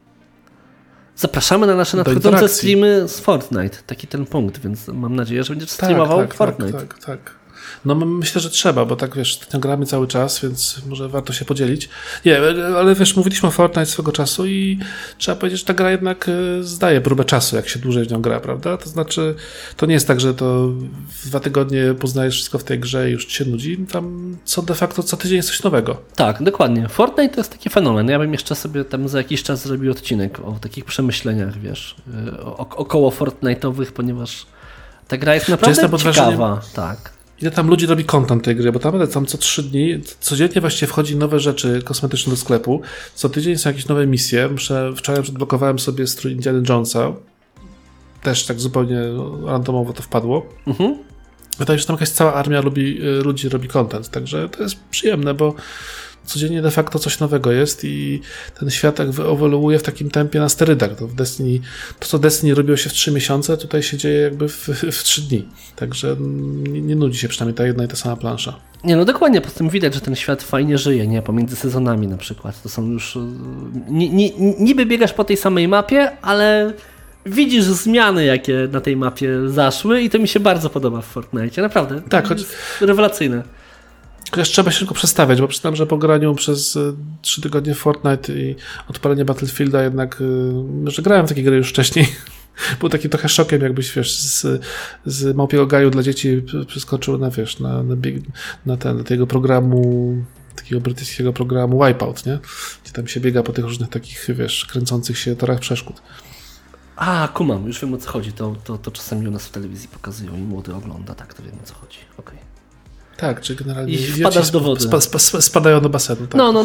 na nasze nadchodzące streamy z Fortnite. Taki ten punkt, więc mam nadzieję, że będziesz streamował Fortnite. Tak. No myślę, że trzeba, bo tak gramy cały czas, więc może warto się podzielić. Nie, ale mówiliśmy o Fortnite swego czasu i trzeba powiedzieć, że ta gra jednak zdaje próbę czasu, jak się dłużej w nią gra, prawda? To znaczy, to nie jest tak, że to w 2 tygodnie poznajesz wszystko w tej grze i już ci się nudzi. Tam de facto co tydzień jest coś nowego. Tak, dokładnie. Fortnite to jest taki fenomen. Ja bym jeszcze sobie tam za jakiś czas zrobił odcinek o takich przemyśleniach, około Fortnite'owych, ponieważ ta gra jest naprawdę ciekawa. Tak. Ile tam ludzi robi content tej gry, bo tam co 3 dni, codziennie właściwie wchodzi nowe rzeczy kosmetyczne do sklepu, co tydzień są jakieś nowe misje. Wczoraj odblokowałem sobie strój Indiana Jonesa, też tak zupełnie randomowo to wpadło. Wydaje się, że tam jakaś cała armia ludzi robi content, także to jest przyjemne, bo codziennie de facto coś nowego jest i ten świat ewoluuje w takim tempie na sterydach. To co Destiny robiło się w 3 miesiące, tutaj się dzieje jakby w 3 dni. Także nie nudzi się przynajmniej ta jedna i ta sama plansza. Nie, dokładnie, po tym widać, że ten świat fajnie żyje, nie? Pomiędzy sezonami na przykład. To są już... Niby biegasz po tej samej mapie, ale widzisz zmiany, jakie na tej mapie zaszły i to mi się bardzo podoba w Fortnite. Naprawdę. Tak, rewelacyjne. Chociaż trzeba się tylko przestawiać, bo przyznam, że po graniu przez 3 tygodnie Fortnite i odpalenie Battlefielda jednak, że grałem w takie gry już wcześniej, był taki trochę szokiem, jakbyś, z Małpiego Gaju dla dzieci przeskoczył na tego programu, takiego brytyjskiego programu Wipeout, nie? Gdzie tam się biega po tych różnych takich, kręcących się torach przeszkód. Kumam, już wiem, o co chodzi. To czasami u nas w telewizji pokazują i młody ogląda, tak, to wiem, o co chodzi. Okej. Tak, czyli generalnie i wpadasz do wody. Spadają do basenu. Tak, no.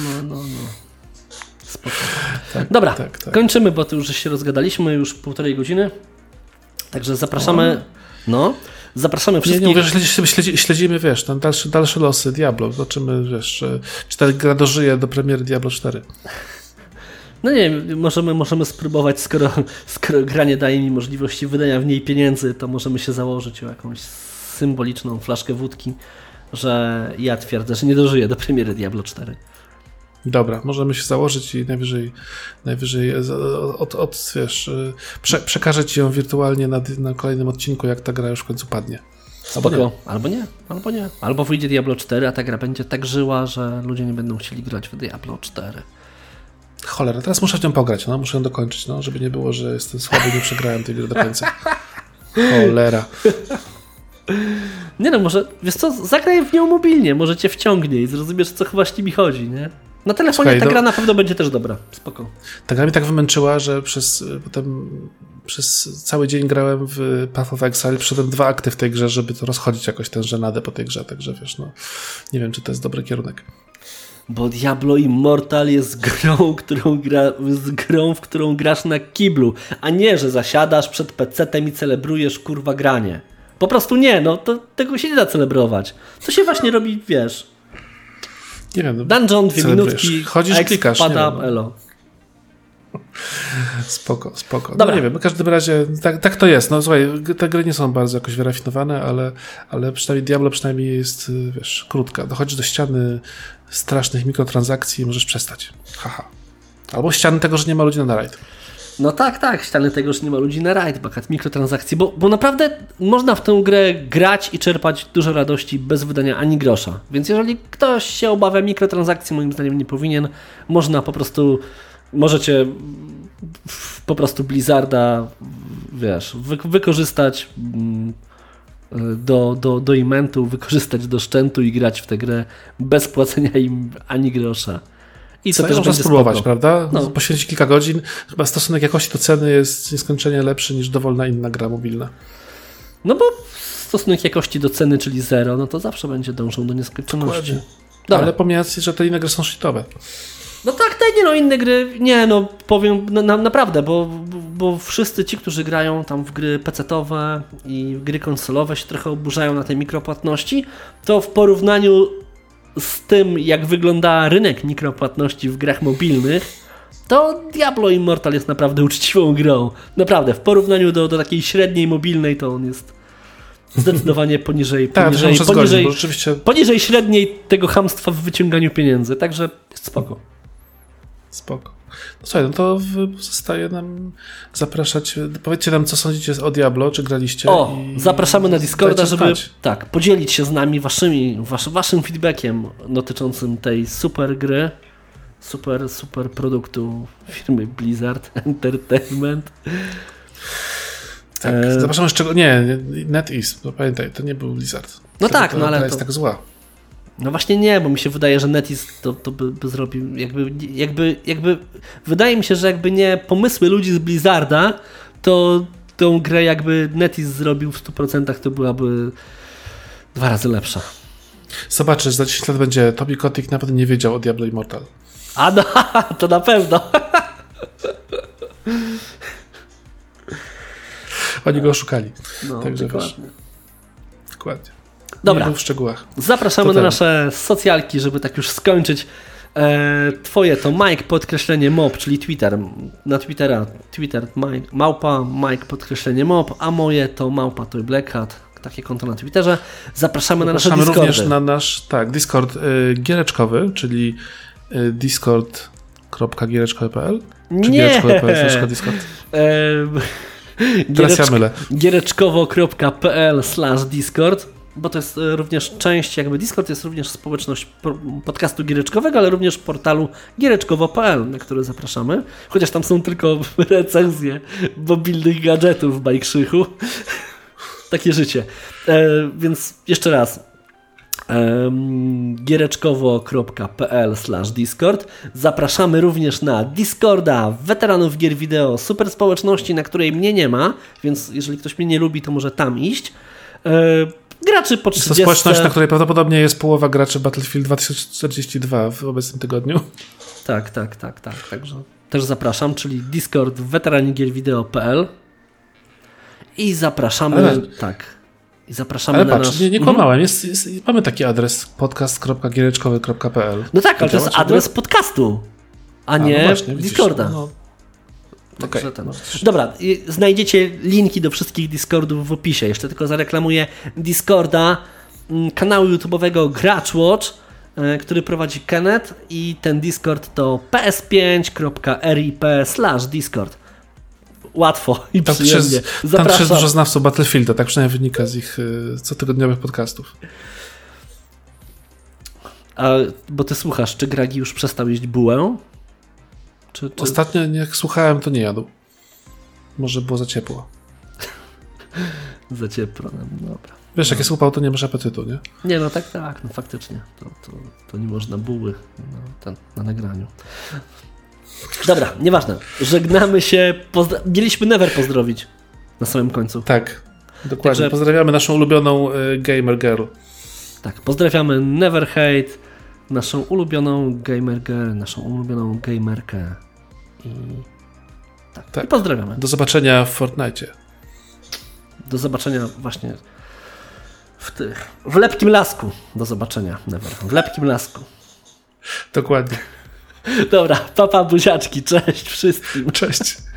Spoko. Tak, dobra, kończymy, bo to już się rozgadaliśmy, już 1,5 godziny. Także zapraszamy. Zapraszamy wszystkich. Nie, śledzimy, tam dalsze losy Diablo. Zobaczymy, czy ta gra dożyje do premiery Diablo 4. No nie wiem, możemy spróbować, skoro gra nie daje mi możliwości wydania w niej pieniędzy, to możemy się założyć o jakąś symboliczną flaszkę wódki, że ja twierdzę, że nie dożyję do premiery Diablo 4. Dobra, możemy się założyć i najwyżej przekażę ci ją wirtualnie na kolejnym odcinku, jak ta gra już w końcu padnie. Albo nie. Albo wyjdzie Diablo 4, a ta gra będzie tak żyła, że ludzie nie będą chcieli grać w Diablo 4. Cholera, teraz muszę w nią pograć, muszę ją dokończyć, żeby nie było, że jestem słaby i nie przegrałem tej gry do końca. Cholera. Nie no, może, wiesz co, zagraj w nią mobilnie, może cię wciągnie i zrozumiesz, co właśnie mi chodzi, nie? Na telefonie ta gra na pewno będzie też dobra, spoko. Ta gra mnie tak wymęczyła, że potem przez cały dzień grałem w Path of Exile, przyszedłem 2 akty w tej grze, żeby to rozchodzić jakoś tę żenadę po tej grze, także wiesz, nie wiem, czy to jest dobry kierunek. Bo Diablo Immortal jest grą, w którą grasz na kiblu, a nie, że zasiadasz przed PC-tem i celebrujesz kurwa granie. Po prostu nie, tego się nie da celebrować. To się właśnie robi, wiesz... Nie wiem. Dungeon, 2 minutki, chodzisz, klikasz. Pada, elo. Spoko. Dobra. Nie wiem, w każdym razie tak to jest. Słuchaj, te gry nie są bardzo jakoś wyrafinowane, ale przynajmniej Diablo jest, wiesz, krótka. Dochodzisz do ściany strasznych mikrotransakcji i możesz przestać. Haha. Albo ściany tego, że nie ma ludzi na raid. No tak, ściany tego, że nie ma ludzi na raid, bakat mikrotransakcji, bo naprawdę można w tę grę grać i czerpać dużo radości bez wydania ani grosza. Więc jeżeli ktoś się obawia mikrotransakcji, moim zdaniem nie powinien, możecie po prostu Blizzarda, wiesz, wykorzystać do imentu, wykorzystać do szczętu i grać w tę grę bez płacenia im ani grosza. I to też można spróbować, spoko. Prawda? No. Poświęcić kilka godzin. Chyba stosunek jakości do ceny jest nieskończenie lepszy niż dowolna inna gra mobilna. No bo stosunek jakości do ceny, czyli 0, to zawsze będzie dążył do nieskończoności. Ale pomijając, że te inne gry są shitowe. No tak, inne gry, powiem naprawdę, bo wszyscy ci, którzy grają tam w gry PC-towe i w gry konsolowe się trochę oburzają na te mikropłatności, to w porównaniu z tym, jak wygląda rynek mikropłatności w grach mobilnych, to Diablo Immortal jest naprawdę uczciwą grą. Naprawdę, w porównaniu do takiej średniej mobilnej, to on jest zdecydowanie poniżej średniej tego chamstwa w wyciąganiu pieniędzy. Także jest spoko. Słuchaj, to zostaje nam zapraszać. Powiedzcie nam, co sądzicie o Diablo, czy graliście. Zapraszamy na Discorda, żeby podzielić się z nami waszym feedbackiem dotyczącym tej super gry, super produktu firmy Blizzard Entertainment. Tak, zapraszamy Nie, NetEase, pamiętaj, to nie był Blizzard. Ale jest tak zła. No właśnie nie, bo mi się wydaje, że NetEase to by zrobił, jakby wydaje mi się, że jakby nie pomysły ludzi z Blizzarda, to tą grę jakby NetEase zrobił w 100%, to byłaby 2 razy lepsza. Zobaczysz, za 10 lat będzie Toby Kotick naprawdę nie wiedział o Diablo Immortal. To na pewno. Oni go oszukali. Także dokładnie. Dobra, w szczegółach. Zapraszamy na nasze socjalki, żeby tak już skończyć. Twoje to Mike_mob, czyli Twitter. Na Twitter małpa Mike_mob, a moje to małpa Toy Blackhat. Takie konto na Twitterze. Zapraszamy na nasze Discordy. Również na nasz Discord giereczkowy, czyli discord.giereczkowy.pl czy giereczkowy.pl Discord? Teraz ja mylę. Giereczkowo.pl/Discord, bo to jest również część, Discord jest również społeczność podcastu giereczkowego, ale również portalu giereczkowo.pl, na który zapraszamy. Chociaż tam są tylko recenzje mobilnych gadżetów bajkrzychu. Takie życie. Więc jeszcze raz. giereczkowo.pl/Discord. Zapraszamy również na Discorda weteranów gier wideo, super społeczności, na której mnie nie ma, więc jeżeli ktoś mnie nie lubi, to może tam iść. Graczy po 30. To społeczność, na której prawdopodobnie jest połowa graczy Battlefield 2042 w obecnym tygodniu. Tak. Także też zapraszam, czyli Discord weteranigierwideo.pl i zapraszamy, I zapraszamy na nasz... nie kłamałem. Mamy taki adres podcast.giereczkowy.pl. No tak, ale to jest adres podcastu. a nie właśnie, Discorda. No. Także Dobra, znajdziecie linki do wszystkich Discordów w opisie. Jeszcze tylko zareklamuję Discorda, kanału YouTube'owego Gracz.watch, który prowadzi Kenneth, i ten Discord to ps5.rip/Discord. Łatwo i przyjemnie. Tam też jest dużo znawców Battlefielda, tak przynajmniej wynika z ich cotygodniowych podcastów. Bo ty słuchasz, czy Gragi już przestał jeść bułę? Czy... Ostatnio jak słuchałem, to nie jadł. Może było za ciepło. Za ciepło, dobra. Wiesz, jak jest upał, to nie masz apetytu, nie? Nie, no tak, no faktycznie. To nie można buły na nagraniu. Dobra, nieważne. Żegnamy się. Mieliśmy Never pozdrowić na samym końcu. Tak, dokładnie. Także pozdrawiamy naszą ulubioną gamer girl. Tak, pozdrawiamy Never Hate, naszą ulubioną gamer girl, naszą ulubioną gamerkę. Tak. I pozdrawiamy. Do zobaczenia w Fortnite. Do zobaczenia właśnie w lepkim lasku. Do zobaczenia, Never. W lepkim lasku. Dokładnie. Dobra, papa buziaczki, cześć wszystkim. Cześć.